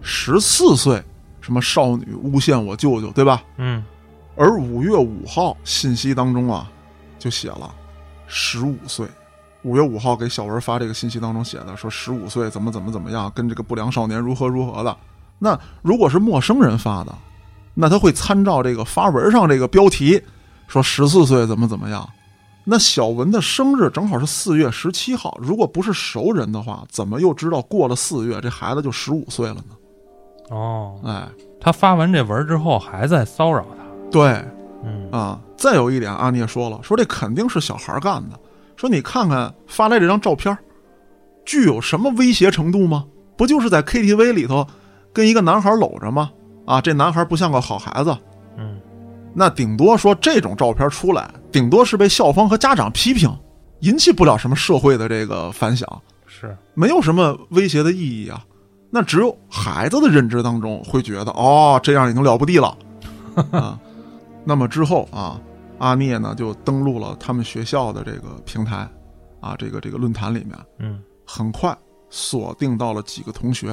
14岁什么少女诬陷我舅舅，对吧？而5月5号信息当中啊就写了15岁。5月5号给小文发这个信息当中写的说15岁怎么样，跟这个不良少年如何的。那如果是陌生人发的，那他会参照这个发文上这个标题说14岁怎么样。那小文的生日正好是4月17号，如果不是熟人的话，怎么又知道过了4月这孩子就15岁了呢？ 他发完这文之后还在骚扰他。 对，再有一点，阿聂说了，说这肯定是小孩干的。说你看看发来这张照片，具有什么威胁程度吗？不就是在 KTV 里头跟一个男孩搂着吗？这男孩不像个好孩子。那顶多说这种照片出来，顶多是被校方和家长批评，引起不了什么社会的这个反响， 是没有什么威胁的意义啊。那只有孩子的认知当中会觉得这样已经了不地了那么之后阿聂呢就登录了他们学校的这个平台这个论坛里面，很快锁定到了几个同学，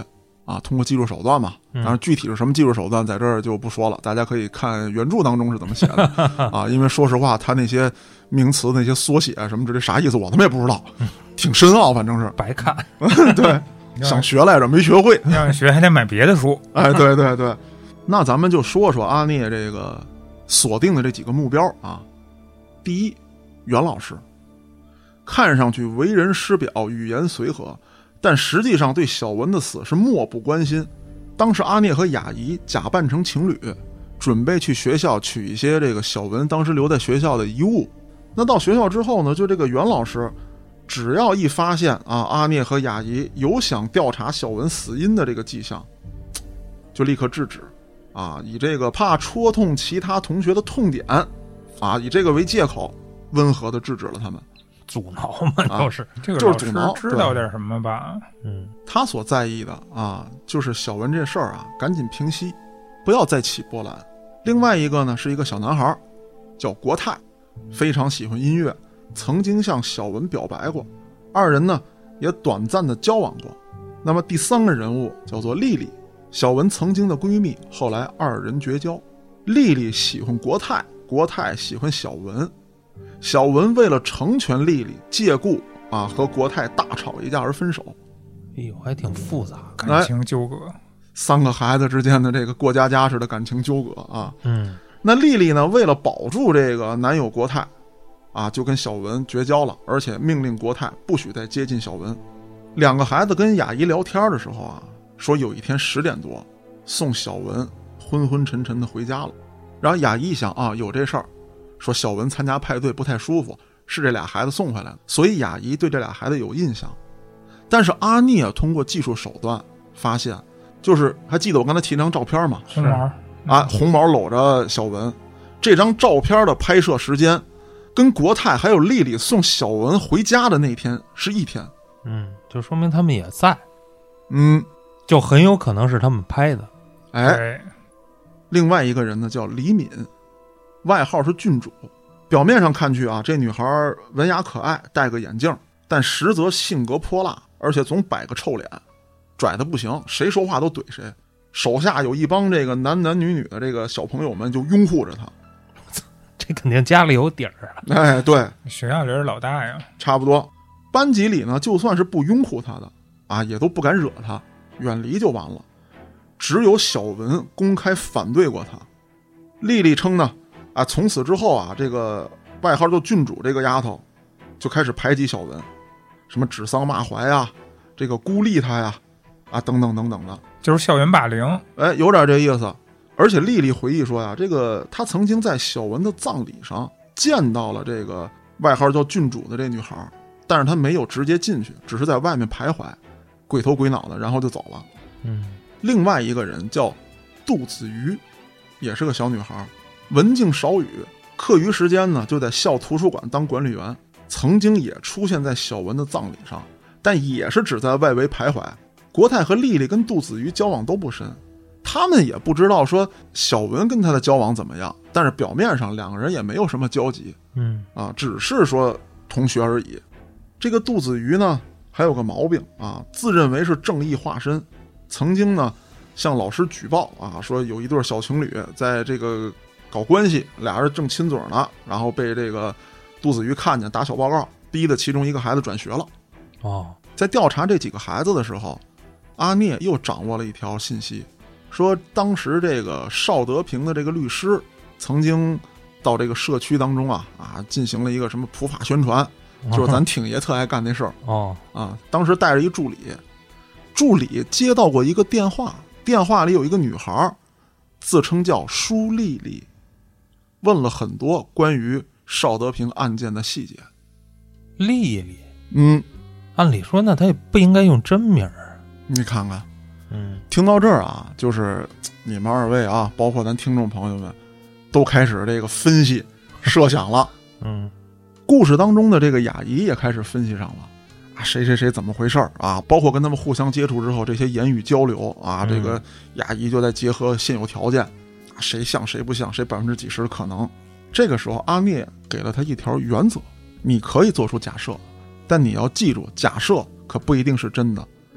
啊，通过技术手段嘛，当然具体是什么技术手段在这儿就不说了，大家可以看原著当中是怎么写的啊。因为说实话，他那些名词那些缩写什么之类啥意思我他妈也不知道，挺深奥，反正是白看。 对，想学来着没学会， 要学还得买别的书。 哎，对对对，那咱们就说说阿聂这个锁定的这几个目标啊。第一，袁老师看上去为人师表，语言随和，但实际上对小文的死是漠不关心。当时阿聂和雅怡假扮成情侣，准备去学校取一些这个小文当时留在学校的遗物。那到学校之后呢，就这个袁老师只要一发现啊，阿聂和雅怡有想调查小文死因的这个迹象，就立刻制止啊，以这个怕戳痛其他同学的痛点啊，以这个为借口温和的制止了他们。 阻挠嘛，都是、 这个就是阻挠， 知道点什么吧？ 他所在意的啊，就是小文这事儿啊，赶紧平息，不要再起波澜。另外一个呢，是一个小男孩，叫国泰，非常喜欢音乐，曾经向小文表白过，二人呢也短暂的交往过。那么第三个人物叫做丽丽，小文曾经的闺蜜，后来二人绝交。丽丽喜欢国泰，国泰喜欢小文。小文为了成全丽丽，借故啊和国泰大吵一架而分手。 哎呦，还挺复杂， 感情纠葛。 三个孩子之间的这个过家家式的感情纠葛啊。那丽丽呢，为了保住这个男友国泰啊，就跟小文绝交了，而且命令国泰不许再接近小文。两个孩子跟雅怡聊天的时候啊，说有一天10点多送小文昏昏沉沉的回家了。然后雅怡一想啊，有这事儿，说小文参加派对不太舒服，是这俩孩子送回来的，所以雅怡对这俩孩子有印象。但是阿聂通过技术手段发现，就是还记得我刚才提那张照片吗？ 红毛啊，红毛搂着小文，这张照片的拍摄时间跟国泰还有丽丽送小文回家的那天是一天。 就说明他们也在。就很有可能是他们拍的。 哎，另外一个人呢叫李敏，外号是郡主。表面上看去啊，这女孩文雅可爱，戴个眼镜，但实则性格泼辣，而且总摆个臭脸，拽的不行，谁说话都怼谁。手下有一帮这个男男女女的这个小朋友们就拥护着他。 这肯定家里有底儿啊。 哎，对， 学校里是老大呀。 差不多。班级里呢，就算是不拥护他的啊，也都不敢惹他，远离就完了。只有小文公开反对过他。丽丽称呢，啊，从此之后啊，这个外号叫郡主这个丫头就开始排挤小文，什么指桑骂槐啊，这个孤立他呀，啊，等等等等的， 就是校园霸凌。 哎，有点这意思。而且丽丽回忆说呀，这个她曾经在小文的葬礼上见到了这个外号叫郡主的这女孩，但是她没有直接进去，只是在外面徘徊，鬼头鬼脑的，然后就走了。另外一个人叫杜子瑜，也是个小女孩，文静少语，课余时间呢就在校图书馆当管理员，曾经也出现在小文的葬礼上，但也是只在外围徘徊。国泰和丽丽跟杜子瑜交往都不深，他们也不知道说小文跟他的交往怎么样，但是表面上两个人也没有什么交集，只是说同学而已。这个杜子瑜呢还有个毛病啊，自认为是正义化身，曾经呢向老师举报啊，说有一对小情侣在这个搞关系，俩人正亲嘴呢，然后被这个杜子瑜看见，打小报告，逼得其中一个孩子转学了。在调查这几个孩子的时候，阿聂又掌握了一条信息，说当时这个邵德平的这个律师曾经到这个社区当中啊进行了一个什么普法宣传，就是咱挺爷特爱干那事儿。当时带着一助理，助理接到过一个电话，电话里有一个女孩自称叫舒丽丽，问了很多关于邵德平案件的细节。 丽丽， 按理说那她也不应该用真名儿。 你看看，听到这儿啊，就是你们二位啊，包括咱听众朋友们，都开始这个分析、设想了。故事当中的这个雅怡也开始分析上了啊，谁谁谁怎么回事啊？包括跟他们互相接触之后，这些言语交流啊，这个雅怡就在结合现有条件，谁像谁不像，谁几%的可能。这个时候，阿聂给了他一条原则：你可以做出假设，但你要记住，假设可不一定是真的。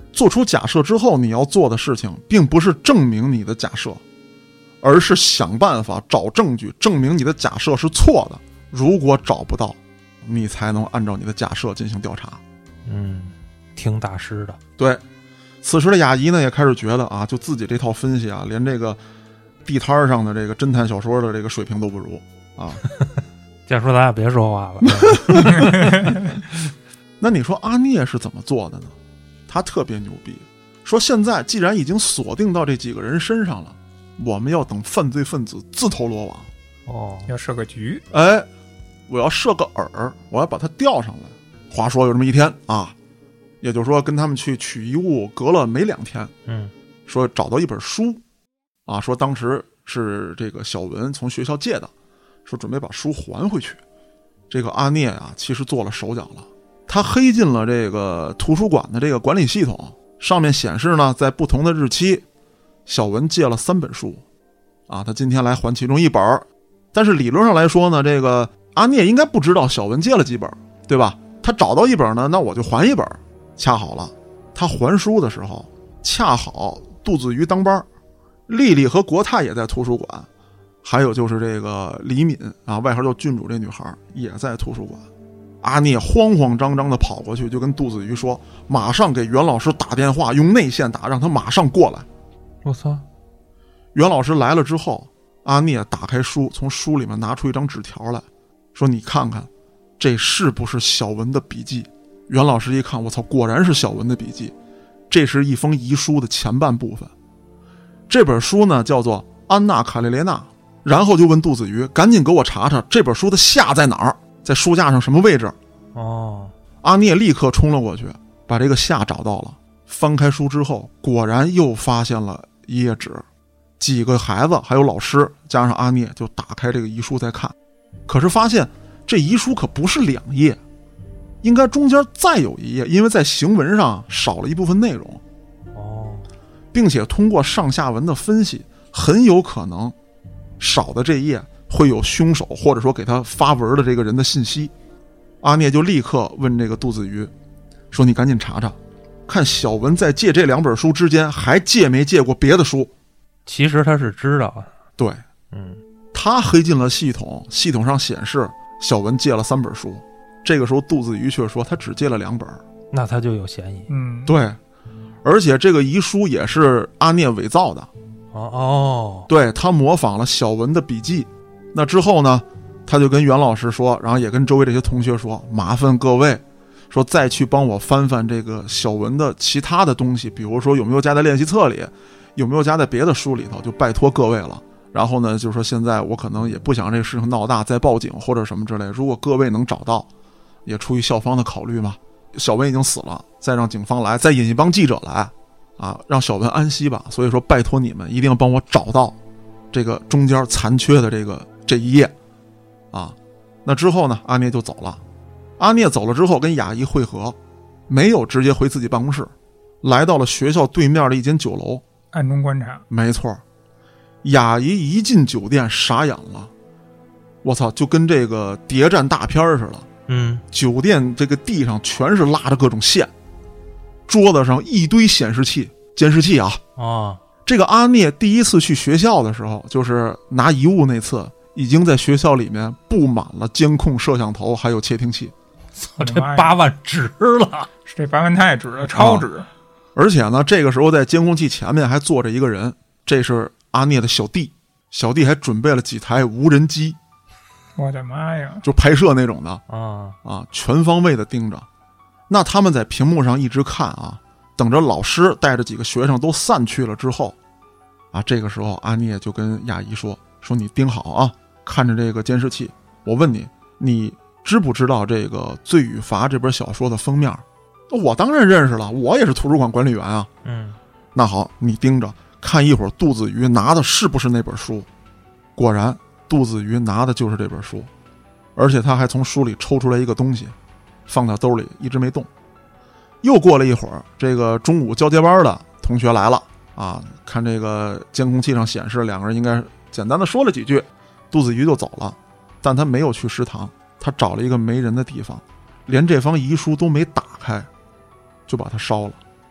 做出假设之后，你要做的事情并不是证明你的假设，而是想办法找证据证明你的假设是错的。如果找不到，你才能按照你的假设进行调查。 听大师的。 对，此时的雅怡呢也开始觉得啊，就自己这套分析啊，连这个地摊上的这个侦探小说的这个水平都不如啊。 这说咱俩别说话了。 那你说阿聂是怎么做的呢？他特别牛逼，说现在既然已经锁定到这几个人身上了，我们要等犯罪分子自投罗网。 要设个局。 我要设个饵，我要把他钓上来。话说有这么一天啊，也就是说跟他们去取遗物隔了没2天，说找到一本书啊，说当时是这个小文从学校借的，说准备把书还回去。这个阿聂啊其实做了手脚了，他黑进了这个图书馆的这个管理系统，上面显示呢，在不同的日期小文借了3本书啊，他今天来还其中1本。但是理论上来说呢，这个阿聂应该不知道小文借了几本，对吧？他找到1本呢，那我就还1本。恰好了，他还书的时候恰好杜子瑜当班，丽丽和国泰也在图书馆，还有就是这个李敏啊，外号叫郡主这女孩也在图书馆。阿聂慌慌张张的跑过去，就跟杜子瑜说，马上给袁老师打电话，用内线打，让他马上过来。 我操！ 袁老师来了之后，阿聂打开书，从书里面拿出一张纸条来，说你看看这是不是小文的笔记。袁老师一看，我操，果然是小文的笔记，这是一封遗书的前半部分。这本书呢叫做《安娜·卡列列娜》，然后就问杜子瑜，赶紧给我查查这本书的下在哪儿，在书架上什么位置。阿聂立刻冲了过去，把这个下找到了。翻开书之后，果然又发现了一页纸，几个孩子还有老师加上阿聂就打开这个遗书在看，可是发现这遗书可不是2页，应该中间再有1页，因为在行文上少了一部分内容。并且通过上下文的分析，很有可能少的这一页会有凶手或者说给他发文的这个人的信息。阿聂就立刻问这个杜子瑜说，你赶紧查查看小文在借这2本书之间还借没借过别的书。 其实他是知道， 对，他黑进了系统，系统上显示小文借了3本书，这个时候杜子瑜却说他只借了2本， 那他就有嫌疑。 对，而且这个遗书也是阿聂伪造的。对，他模仿了小文的笔记。那之后呢，他就跟袁老师说，然后也跟周围这些同学说，麻烦各位说再去帮我翻翻这个小文的其他的东西，比如说有没有加在练习册里，有没有加在别的书里头，就拜托各位了。然后呢，就是说现在我可能也不想这个事情闹大再报警或者什么之类，如果各位能找到，也出于校方的考虑嘛，小文已经死了，再让警方来，再引一帮记者来啊，让小文安息吧。所以说拜托你们一定要帮我找到这个中间残缺的这一页啊。那之后呢，阿聂就走了。阿聂走了之后跟雅怡会合，没有直接回自己办公室，来到了学校对面的一间酒楼暗中观察。 没错，雅怡一进酒店傻眼了，我操，就跟这个谍战大片似的。酒店这个地上全是拉着各种线，桌子上一堆显示器监视器啊。这个阿聂第一次去学校的时候，就是拿遗物那次，已经在学校里面布满了监控摄像头还有窃听器。 这8万值了， 这8万太值了，超值。 而且呢，这个时候在监控器前面还坐着一个人，这是阿聂的小弟，小弟还准备了几台无人机， 我的妈呀， 就拍摄那种的全方位的盯着。那他们在屏幕上一直看啊，等着老师带着几个学生都散去了之后啊，这个时候阿聂就跟雅怡说你盯好啊，看着这个监视器，我问你，你知不知道这个《罪与罚》这本小说的封面？我当然认识了，我也是图书馆管理员啊。那好，你盯着看一会儿杜子瑜拿的是不是那本书。果然杜子瑜拿的就是这本书，而且他还从书里抽出来一个东西放到兜里一直没动。又过了一会儿，这个中午交接班的同学来了啊，看这个监控器上显示2个人应该简单的说了几句，杜子瑜就走了。但他没有去食堂，他找了一个没人的地方，连这方遗书都没打开，就把它烧了。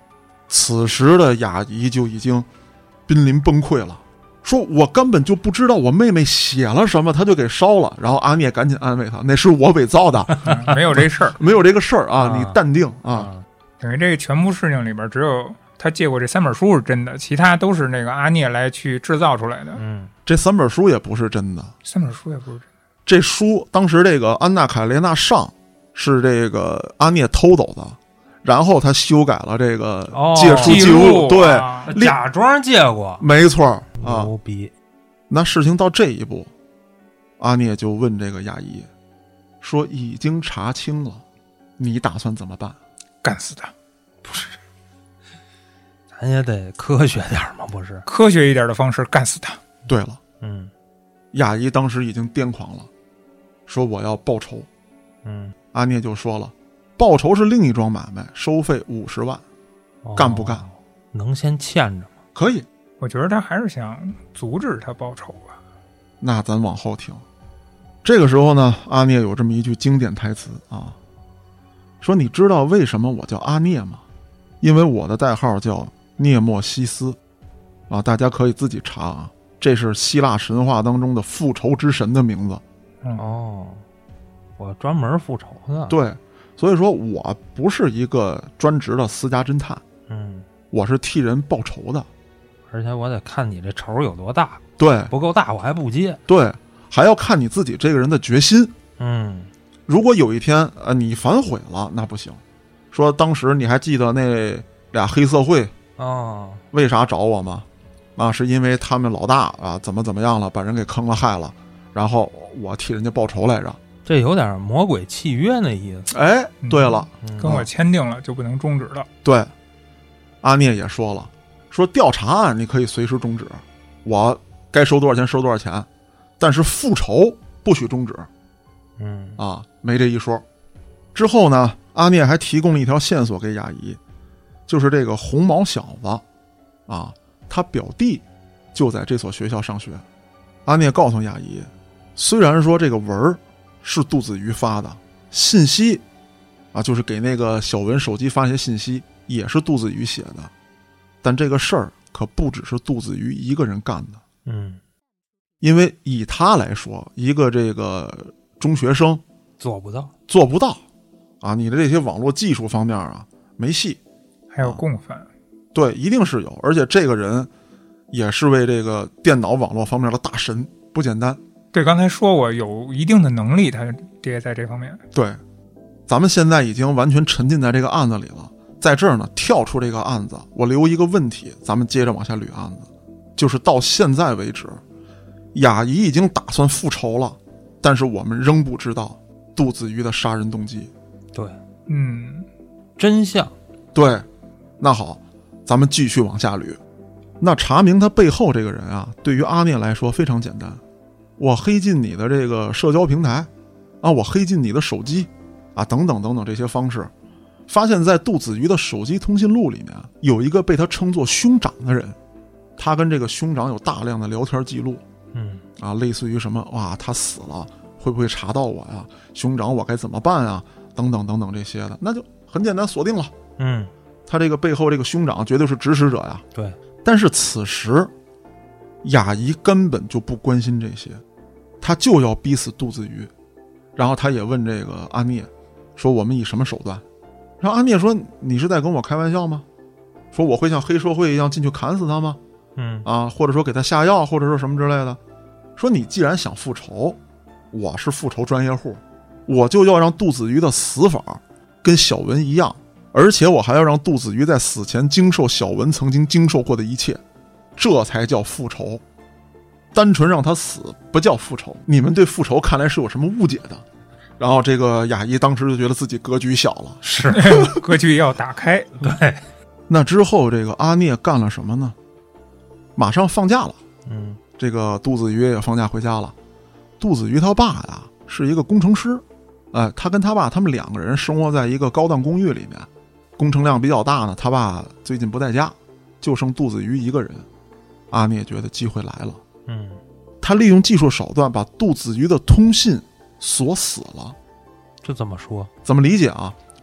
此时的雅仪就已经濒临崩溃了，说我根本就不知道我妹妹写了什么，她就给烧了。然后阿聂赶紧安慰她，那是我伪造的， 没有这事儿， 没有这个事儿啊，你淡定啊。 等于这个全部事情里边，只有他借过这3本书是真的，其他都是那个阿聂来去制造出来的。 这3本书也不是真的 ，3本书也不是真的。 这书当时这个安娜凯列娜上是这个阿聂偷走的，然后他修改了这个借书记录，对， 假装借过， 没错啊。 牛逼！ 那事情到这一步，阿聂就问这个雅仪说：“已经查清了，你打算怎么办？” 干死他！ 不是，咱也得科学点嘛，不是？ 科学一点的方式干死他。 对了，雅仪当时已经癫狂了，说我要报仇。阿聂就说了，报仇是另一桩买卖，收费50万，干不干？ 能先欠着吗？ 可以。 我觉得他还是想阻止他报仇吧。 那咱往后听。这个时候呢，阿聂有这么一句经典台词啊，说你知道为什么我叫阿聂吗？因为我的代号叫涅墨西斯啊，大家可以自己查啊，这是希腊神话当中的复仇之神的名字。 我专门复仇的。 对，所以说我不是一个专职的私家侦探，我是替人报仇的。 而且我得看你这仇有多大， 对， 不够大我还不接。 对，还要看你自己这个人的决心。如果有一天你反悔了，那不行。说当时你还记得那俩黑社会为啥找我吗？是因为他们老大怎么样了，把人给坑了害了，然后我替人家报仇来着。 这有点魔鬼契约那意思。 哎，对了， 跟我签订了就不能终止了。 对，阿聂也说了，说调查案你可以随时终止，我该收多少钱收多少钱，但是复仇不许终止。没这一说。之后呢，阿聂还提供了一条线索给雅仪，就是这个红毛小子他表弟就在这所学校上学。阿聂告诉雅仪，虽然说这个文是杜子瑜发的，信息就是给那个小文手机发一些信息也是杜子瑜写的，但这个事儿可不只是杜子瑜一个人干的。因为以他来说，一个这个中学生做不到你的这些网络技术方面没戏， 还有共犯。 对，一定是有，而且这个人也是为这个电脑网络方面的大神，不简单。 对，刚才说我有一定的能力，他也在这方面。 对，咱们现在已经完全沉浸在这个案子里了，在这儿呢跳出这个案子，我留一个问题，咱们接着往下捋案子。就是到现在为止，雅仪已经打算复仇了，但是我们仍不知道杜子瑜的杀人动机。 对，真相。 对，那好，咱们继续往下捋。那查明他背后这个人对于阿聂来说非常简单，我黑进你的这个社交平台我黑进你的手机等等等等这些方式，发现在杜子瑜的手机通讯录里面有一个被他称作兄长的人，他跟这个兄长有大量的聊天记录，类似于什么他死了会不会查到我呀？兄长我该怎么办啊？等等等等这些的，那就很简单锁定了。他这个背后这个兄长绝对是指使者呀。 对， 但是此时雅仪根本就不关心这些，他就要逼死杜子瑜。然后他也问这个阿聂说我们以什么手段？然后阿聂说你是在跟我开玩笑吗？说我会像黑社会一样进去砍死他吗？或者说给他下药，或者说什么之类的。说你既然想复仇，我是复仇专业户，我就要让杜子瑜的死法跟小文一样，而且我还要让杜子瑜在死前经受小文曾经经受过的一切，这才叫复仇。单纯让他死不叫复仇，你们对复仇看来是有什么误解的。然后这个雅仪当时就觉得自己格局小了， 是格局要打开。 对， 那之后这个阿聂干了什么呢？马上放假了，这个杜子瑜也放假回家了。杜子瑜他爸是一个工程师，他跟他爸他们2个人生活在一个高档公寓里面，工程量比较大呢。他爸最近不在家，就剩杜子瑜一个人。阿聂觉得机会来了，他利用技术手段把杜子瑜的通信锁死了。 这怎么说？ 怎么理解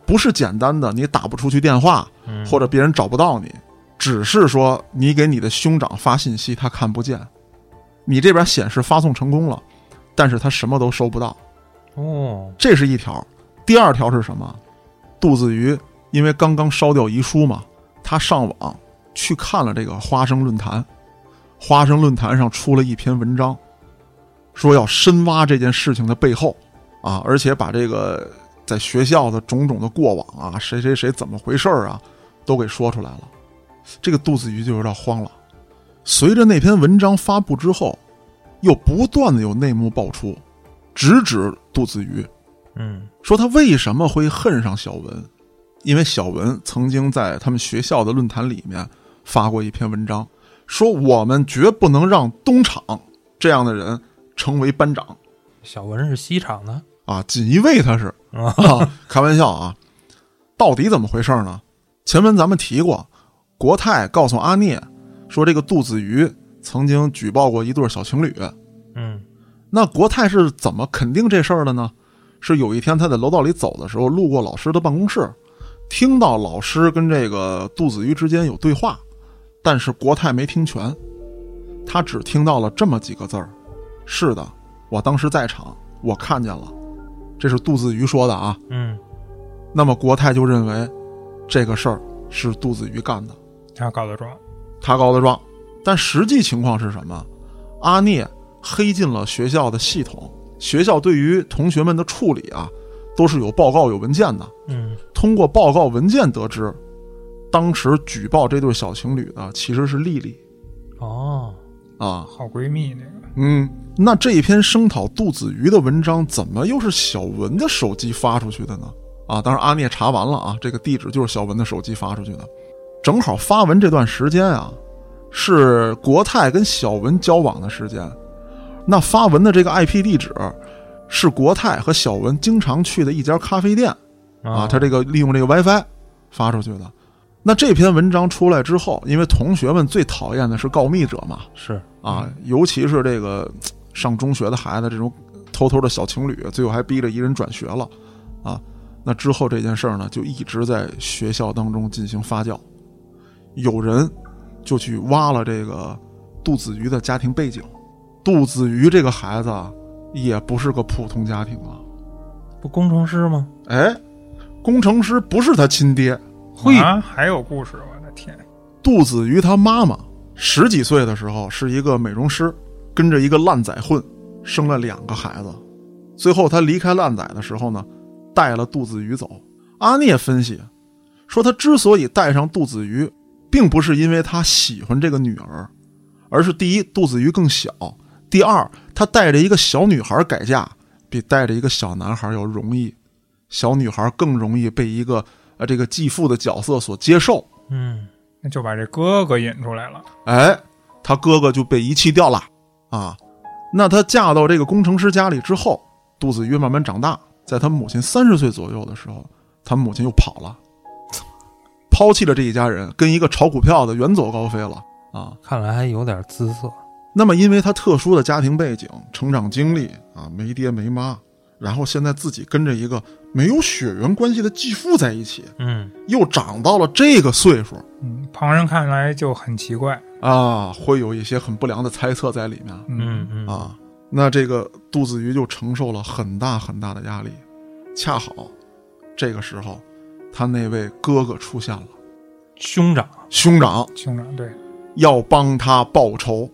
不是简单的你打不出去电话，或者别人找不到你，只是说你给你的兄长发信息他看不见，你这边显示发送成功了，但是他什么都收不到。这是一条。第二条是什么？杜子瑜因为刚刚烧掉遗书嘛，他上网去看了这个花生论坛，花生论坛上出了一篇文章，说要深挖这件事情的背后啊，而且把这个在学校的种种的过往啊，谁谁谁怎么回事啊，都给说出来了。这个杜子瑜就有点慌了。随着那篇文章发布之后，又不断的有内幕爆出，直指杜子瑜，说他为什么会恨上小文，因为小文曾经在他们学校的论坛里面发过一篇文章，说我们绝不能让东厂这样的人成为班长。 小文是西厂的啊，锦衣卫他是开玩笑啊。到底怎么回事呢？前文咱们提过，国泰告诉阿聂说这个杜子瑜曾经举报过一对小情侣。那国泰是怎么肯定这事儿的呢？是有一天他在楼道里走的时候，路过老师的办公室，听到老师跟这个杜子瑜之间有对话，但是国泰没听全，他只听到了这么几个字儿：是的，我当时在场，我看见了。这是杜子瑜说的啊。那么国泰就认为这个事儿是杜子瑜干的， 他告的状。 但实际情况是什么？阿聂黑进了学校的系统，学校对于同学们的处理啊，都是有报告有文件的。通过报告文件得知，当时举报这对小情侣的其实是丽丽。 好闺蜜那个。 那这一篇声讨杜子瑜的文章怎么又是小文的手机发出去的呢？当然阿聂查完了啊，这个地址就是小文的手机发出去的。正好发文这段时间啊，是国泰跟小文交往的时间。那发文的这个 IP 地址是国泰和小文经常去的一家咖啡店啊，他这个利用这个 WiFi 发出去的。那这篇文章出来之后，因为同学们最讨厌的是告密者嘛， 是啊，尤其是这个上中学的孩子，这种偷偷的小情侣，最后还逼着一人转学了啊。那之后这件事儿呢，就一直在学校当中进行发酵。有人就去挖了这个杜子瑜的家庭背景。杜子瑜这个孩子也不是个普通家庭啊， 不工程师吗？ 工程师不是他亲爹。 还有故事，我的天！ 杜子瑜他妈妈10几岁的时候是一个美容师，跟着一个烂仔混，生了2个孩子。最后他离开烂仔的时候呢，带了杜子瑜走。阿聂分析说，他之所以带上杜子瑜，并不是因为他喜欢这个女儿，而是第一，杜子瑜更小；第二，他带着一个小女孩改嫁，比带着一个小男孩要容易。小女孩更容易被一个这个继父的角色所接受。 那就把这哥哥引出来了。 他哥哥就被遗弃掉了啊。那他嫁到这个工程师家里之后，杜子瑜慢慢长大，在他母亲30岁左右的时候，他母亲又跑了，抛弃了这一家人，跟一个炒股票的远走高飞了啊。 看来还有点姿色。 那么因为他特殊的家庭背景、成长经历啊，没爹没妈，然后现在自己跟着一个没有血缘关系的继父在一起，又长到了这个岁数， 旁人看来就很奇怪啊，会有一些很不良的猜测在里面。那这个杜子瑜就承受了很大很大的压力。恰好这个时候，他那位哥哥出现了， 兄长， 对， 要帮他报仇。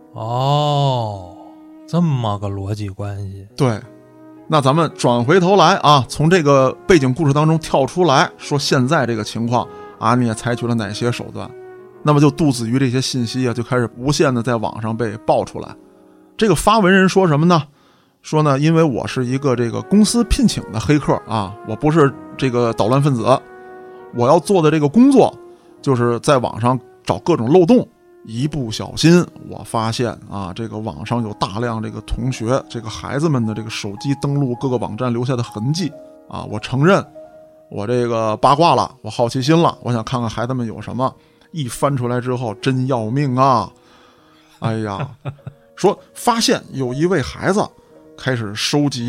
这么个逻辑关系。 对。那咱们转回头来啊，从这个背景故事当中跳出来说，现在这个情况，阿聂采取了哪些手段？那么就杜子瑜这些信息啊，就开始无限的在网上被爆出来。这个发文人说什么呢？说呢，因为我是一个这个公司聘请的黑客啊，我不是这个捣乱分子，我要做的这个工作就是在网上找各种漏洞。一不小心我发现啊，这个网上有大量这个同学这个孩子们的这个手机登录各个网站留下的痕迹啊，我承认我这个八卦了，我好奇心了，我想看看孩子们有什么。一翻出来之后真要命啊，哎呀，说发现有一位孩子开始收集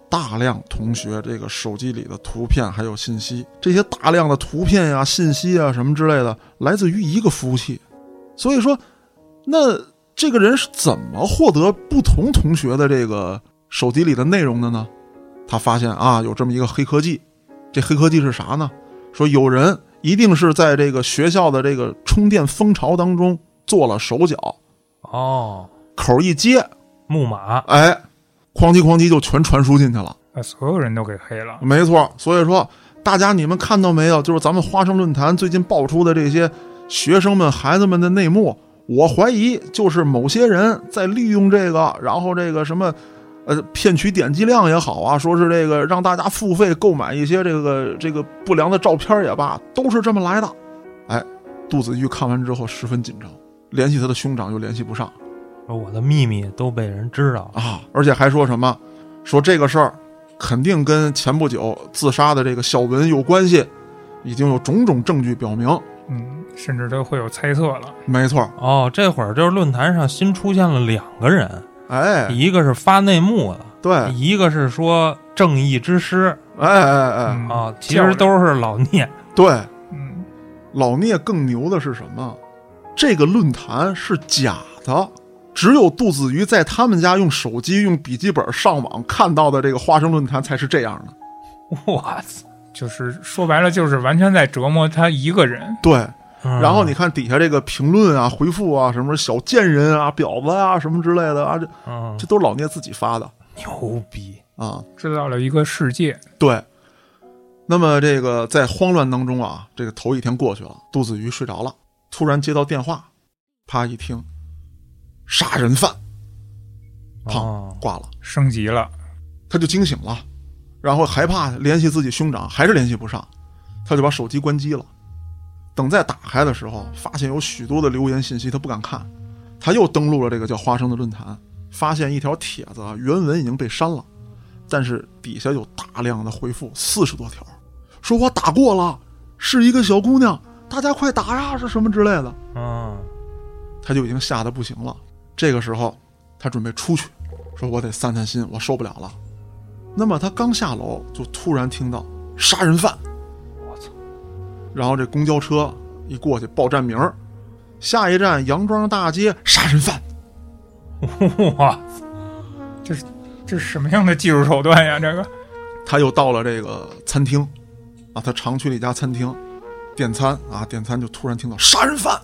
大量同学这个手机里的图片还有信息，这些大量的图片呀、信息啊什么之类的，来自于一个服务器。所以说，那这个人是怎么获得不同同学的这个手机里的内容的呢？他发现啊，有这么一个黑科技。这黑科技是啥呢？说有人一定是在这个学校的这个充电风潮当中做了手脚，口一接， 木马， 哎，哐叽哐叽就全传输进去了， 把所有人都给黑了。 没错，所以说大家你们看到没有？就是咱们花生论坛最近爆出的这些学生们、孩子们的内幕，我怀疑就是某些人在利用这个，然后这个什么。骗取点击量也好啊，说是这个让大家付费购买一些这个不良的照片也罢，都是这么来的。哎，杜子玉看完之后十分紧张，联系他的兄长又联系不上， 我的秘密都被人知道啊！而且还说什么，说这个事儿肯定跟前不久自杀的这个小文有关系，已经有种种证据表明。 甚至都会有猜测了。 没错。 这会儿就是论坛上新出现了2个人。 哎， 一个是发内幕的， 对， 一个是说正义之师，其实都是老聂， 对，老聂更牛的是什么？这个论坛是假的，只有杜子瑜在他们家用手机、用笔记本上网看到的这个花生论坛才是这样的。 我操， 就是说白了，就是完全在折磨他一个人。 对。然后你看底下这个评论啊、回复啊，什么小贱人啊、婊子啊什么之类的啊，这都是老聂自己发的， 牛逼啊！制造了一个世界。 对。那么这个在慌乱当中啊，这个头一天过去了，杜子瑜睡着了，突然接到电话，啪一听，杀人犯，砰，挂了， 升级了， 他就惊醒了，然后害怕联系自己兄长，还是联系不上，他就把手机关机了。等再打开的时候，发现有许多的留言信息，他不敢看。他又登录了这个叫花生的论坛，发现一条帖子原文已经被删了，但是底下有大量的回复，40多条，说我打过了，是一个小姑娘，大家快打呀，是什么之类的。他就已经吓得不行了。这个时候他准备出去，说我得散散心，我受不了了。那么他刚下楼，就突然听到杀人犯，然后这公交车一过去报站名，下一站杨庄大街，杀人犯。 哇，这是什么样的技术手段呀？这个， 他又到了这个餐厅啊，他常去的一家餐厅点餐啊，点餐就突然听到杀人犯，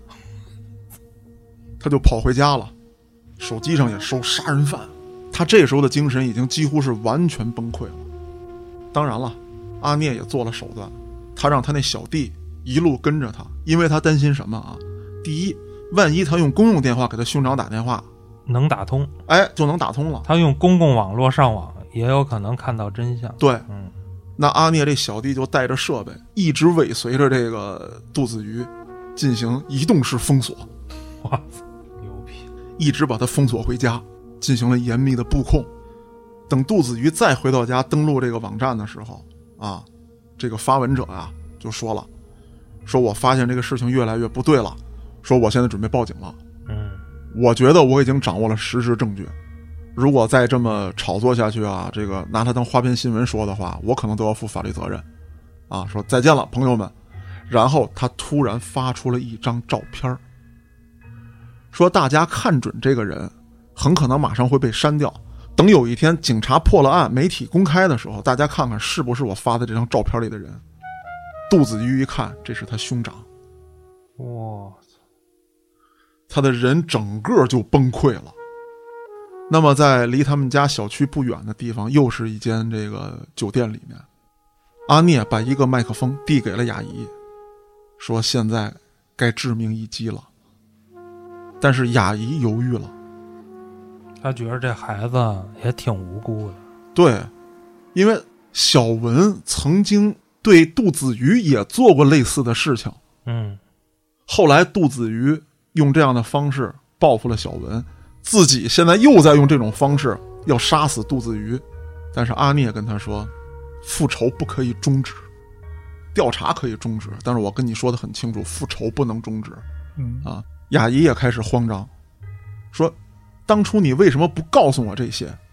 他就跑回家了，手机上也搜杀人犯。他这时候的精神已经几乎是完全崩溃了。当然了，阿聂也做了手段。他让他那小弟一路跟着他，因为他担心什么啊？第一，万一他用公用电话给他兄长打电话， 能打通， 就能打通了。 他用公共网络上网，也有可能看到真相。 对，那阿聂这小弟就带着设备，一直尾随着这个杜子瑜，进行移动式封锁。 哇，牛逼！ 一直把他封锁回家，进行了严密的布控。等杜子瑜再回到家登录这个网站的时候啊。这个发文者啊就说了，说我发现这个事情越来越不对了，说我现在准备报警了。我觉得我已经掌握了实质证据，如果再这么炒作下去啊，这个拿它当花边新闻说的话，我可能都要负法律责任啊。说再见了朋友们。然后他突然发出了一张照片，说大家看准这个人很可能马上会被删掉，等有一天警察破了案，媒体公开的时候，大家看看是不是我发的这张照片里的人。杜子瑜一看，这是他兄长。 哇， 他的人整个就崩溃了。那么在离他们家小区不远的地方，又是一间这个酒店里面，阿聂把一个麦克风递给了雅怡，说现在该致命一击了。但是雅怡犹豫了， 他觉得这孩子也挺无辜的。 对，因为小文曾经对杜子瑜也做过类似的事情。后来杜子瑜用这样的方式报复了小文，自己现在又在用这种方式要杀死杜子瑜。但是阿聂跟他说，复仇不可以终止，调查可以终止，但是我跟你说的很清楚，复仇不能终止。雅怡也开始慌张，说当初你为什么不告诉我这些？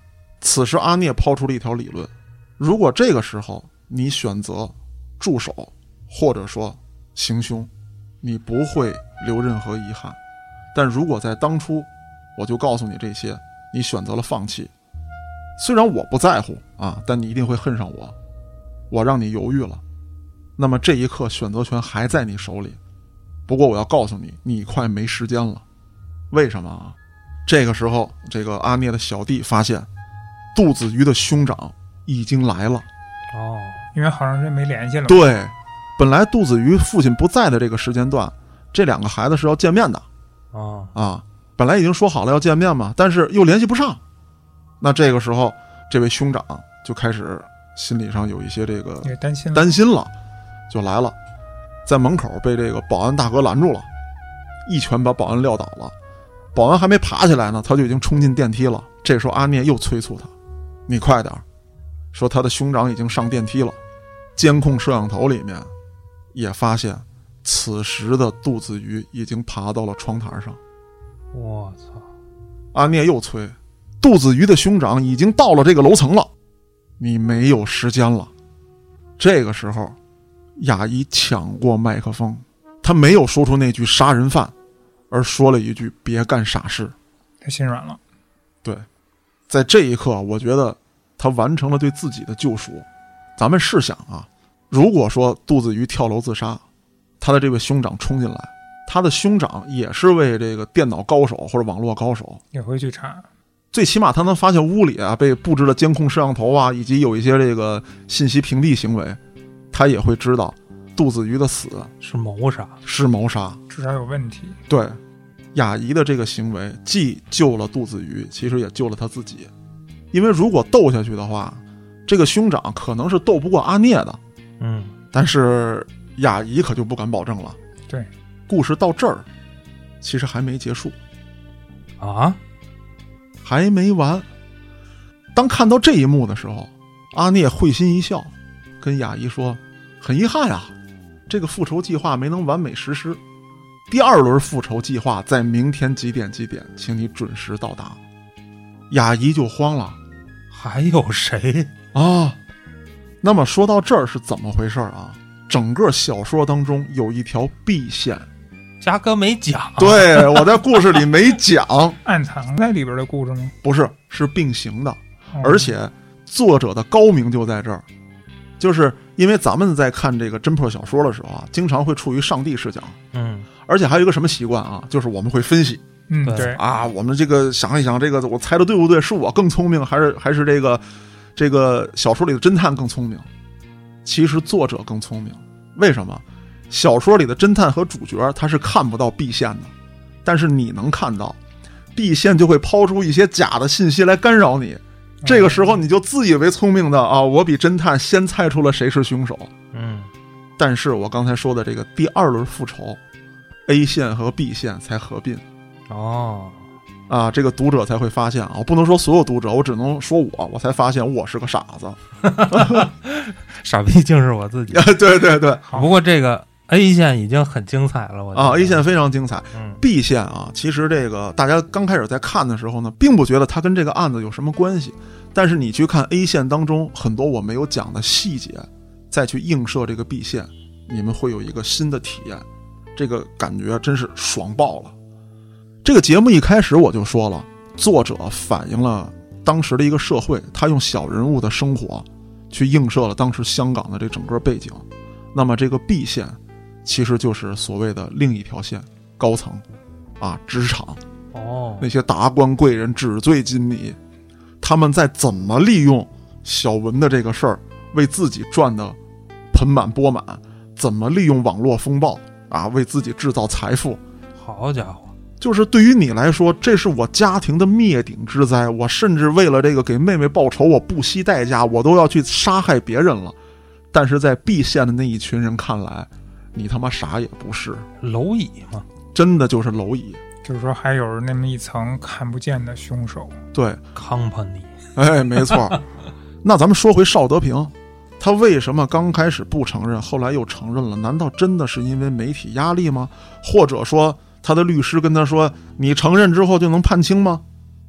此时阿聂抛出了一条理论，如果这个时候你选择住手或者说行凶，你不会留任何遗憾，但如果在当初我就告诉你这些，你选择了放弃，虽然我不在乎啊，但你一定会恨上我，我让你犹豫了，那么这一刻选择权还在你手里，不过我要告诉你，你快没时间了。为什么啊？这个时候这个阿聂的小弟发现杜子瑜的兄长已经来了。 哦，因为好长时间没联系了。 对，本来杜子瑜父亲不在的这个时间段，这两个孩子是要见面的。 哦啊，本来已经说好了要见面嘛，但是又联系不上。那这个时候这位兄长就开始心理上有一些这个也担心了，就来了，在门口被这个保安大哥拦住了，一拳把保安撂倒了。保安还没爬起来呢，他就已经冲进电梯了。这时候阿聂又催促他，你快点，说他的兄长已经上电梯了。监控摄像头里面也发现此时的杜子瑜已经爬到了窗台上。 我操！ 阿聂又催，杜子瑜的兄长已经到了这个楼层了，你没有时间了。这个时候雅怡抢过麦克风，他没有说出那句杀人犯，而说了一句别干傻事。 他心软了。 对，在这一刻我觉得他完成了对自己的救赎。咱们试想啊，如果说杜子瑜跳楼自杀，他的这位兄长冲进来，他的兄长也是位这个电脑高手或者网络高手， 也会去查， 最起码他能发现屋里啊被布置了监控摄像头啊，以及有一些这个信息屏蔽行为，他也会知道杜子瑜的死是谋杀， 至少有问题。 对，雅怡的这个行为既救了杜子瑜，其实也救了他自己。因为如果斗下去的话，这个兄长可能是斗不过阿聂的，但是雅怡可就不敢保证了。 对， 故事到这儿其实还没结束啊， 还没完。当看到这一幕的时候，阿聂会心一笑，跟雅怡说，很遗憾啊，这个复仇计划没能完美实施，第二轮复仇计划在明天几点请你准时到达。雅怡就慌了， 还有谁啊？那么说到这儿是怎么回事啊？整个小说当中有一条 B 线， 嘉哥没讲。 对，我在故事里没讲。 暗藏在里边的故事吗？ 不是，是并行的。而且作者的高明就在这儿，就是因为咱们在看这个侦破小说的时候啊，经常会处于上帝视角。而且还有一个什么习惯啊，就是我们会分析。 对啊，我们这个想一想，这个我猜的对不对？是我更聪明，还是这个小说里的侦探更聪明？其实作者更聪明。为什么？小说里的侦探和主角他是看不到 B 线的，但是你能看到 B 线，就会抛出一些假的信息来干扰你。这个时候你就自以为聪明的啊，我比侦探先猜出了谁是凶手。但是我刚才说的这个第二轮复仇 ，A 线和 B 线才合并。这个读者才会发现啊，我不能说所有读者，我只能说我才发现我是个傻子， 傻逼竟是我自己。 对对对。 不过这个 A 线已经很精彩了，我觉得 A 线非常精彩。B 线啊，其实这个大家刚开始在看的时候呢，并不觉得它跟这个案子有什么关系，但是你去看 A 线当中很多我没有讲的细节，再去映射这个 B 线，你们会有一个新的体验，这个感觉真是爽爆了。这个节目一开始我就说了，作者反映了当时的一个社会，他用小人物的生活去映射了当时香港的这整个背景。那么这个 B 线其实就是所谓的另一条线，高层啊，职场那些达官贵人纸醉金迷，他们在怎么利用小文的这个事儿为自己赚得盆满钵满，怎么利用网络风暴啊为自己制造财富。 好家伙， 就是对于你来说，这是我家庭的灭顶之灾，我甚至为了这个给妹妹报仇，我不惜代价，我都要去杀害别人了。但是在 B 线的那一群人看来，你他妈啥也不是， 蝼蚁嘛， 真的就是蝼蚁。 就是说还有那么一层看不见的凶手。 对 ，company， 没错。那咱们说回邵德平，他为什么刚开始不承认，后来又承认了？难道真的是因为媒体压力吗？或者说他的律师跟他说，你承认之后就能判轻吗？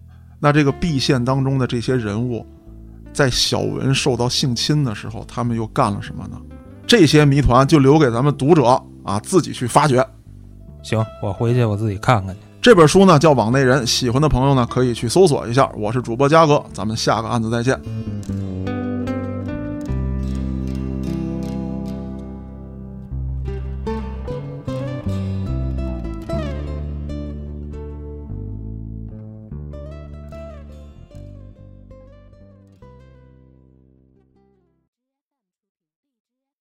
那这个 B 县当中的这些人物，在小文受到性侵的时候，他们又干了什么呢？这些谜团就留给咱们读者啊自己去发掘。 行，我回去我自己看看去。 这本书呢叫《网内人》，喜欢的朋友呢可以去搜索一下。我是主播嘉哥，咱们下个案子再见。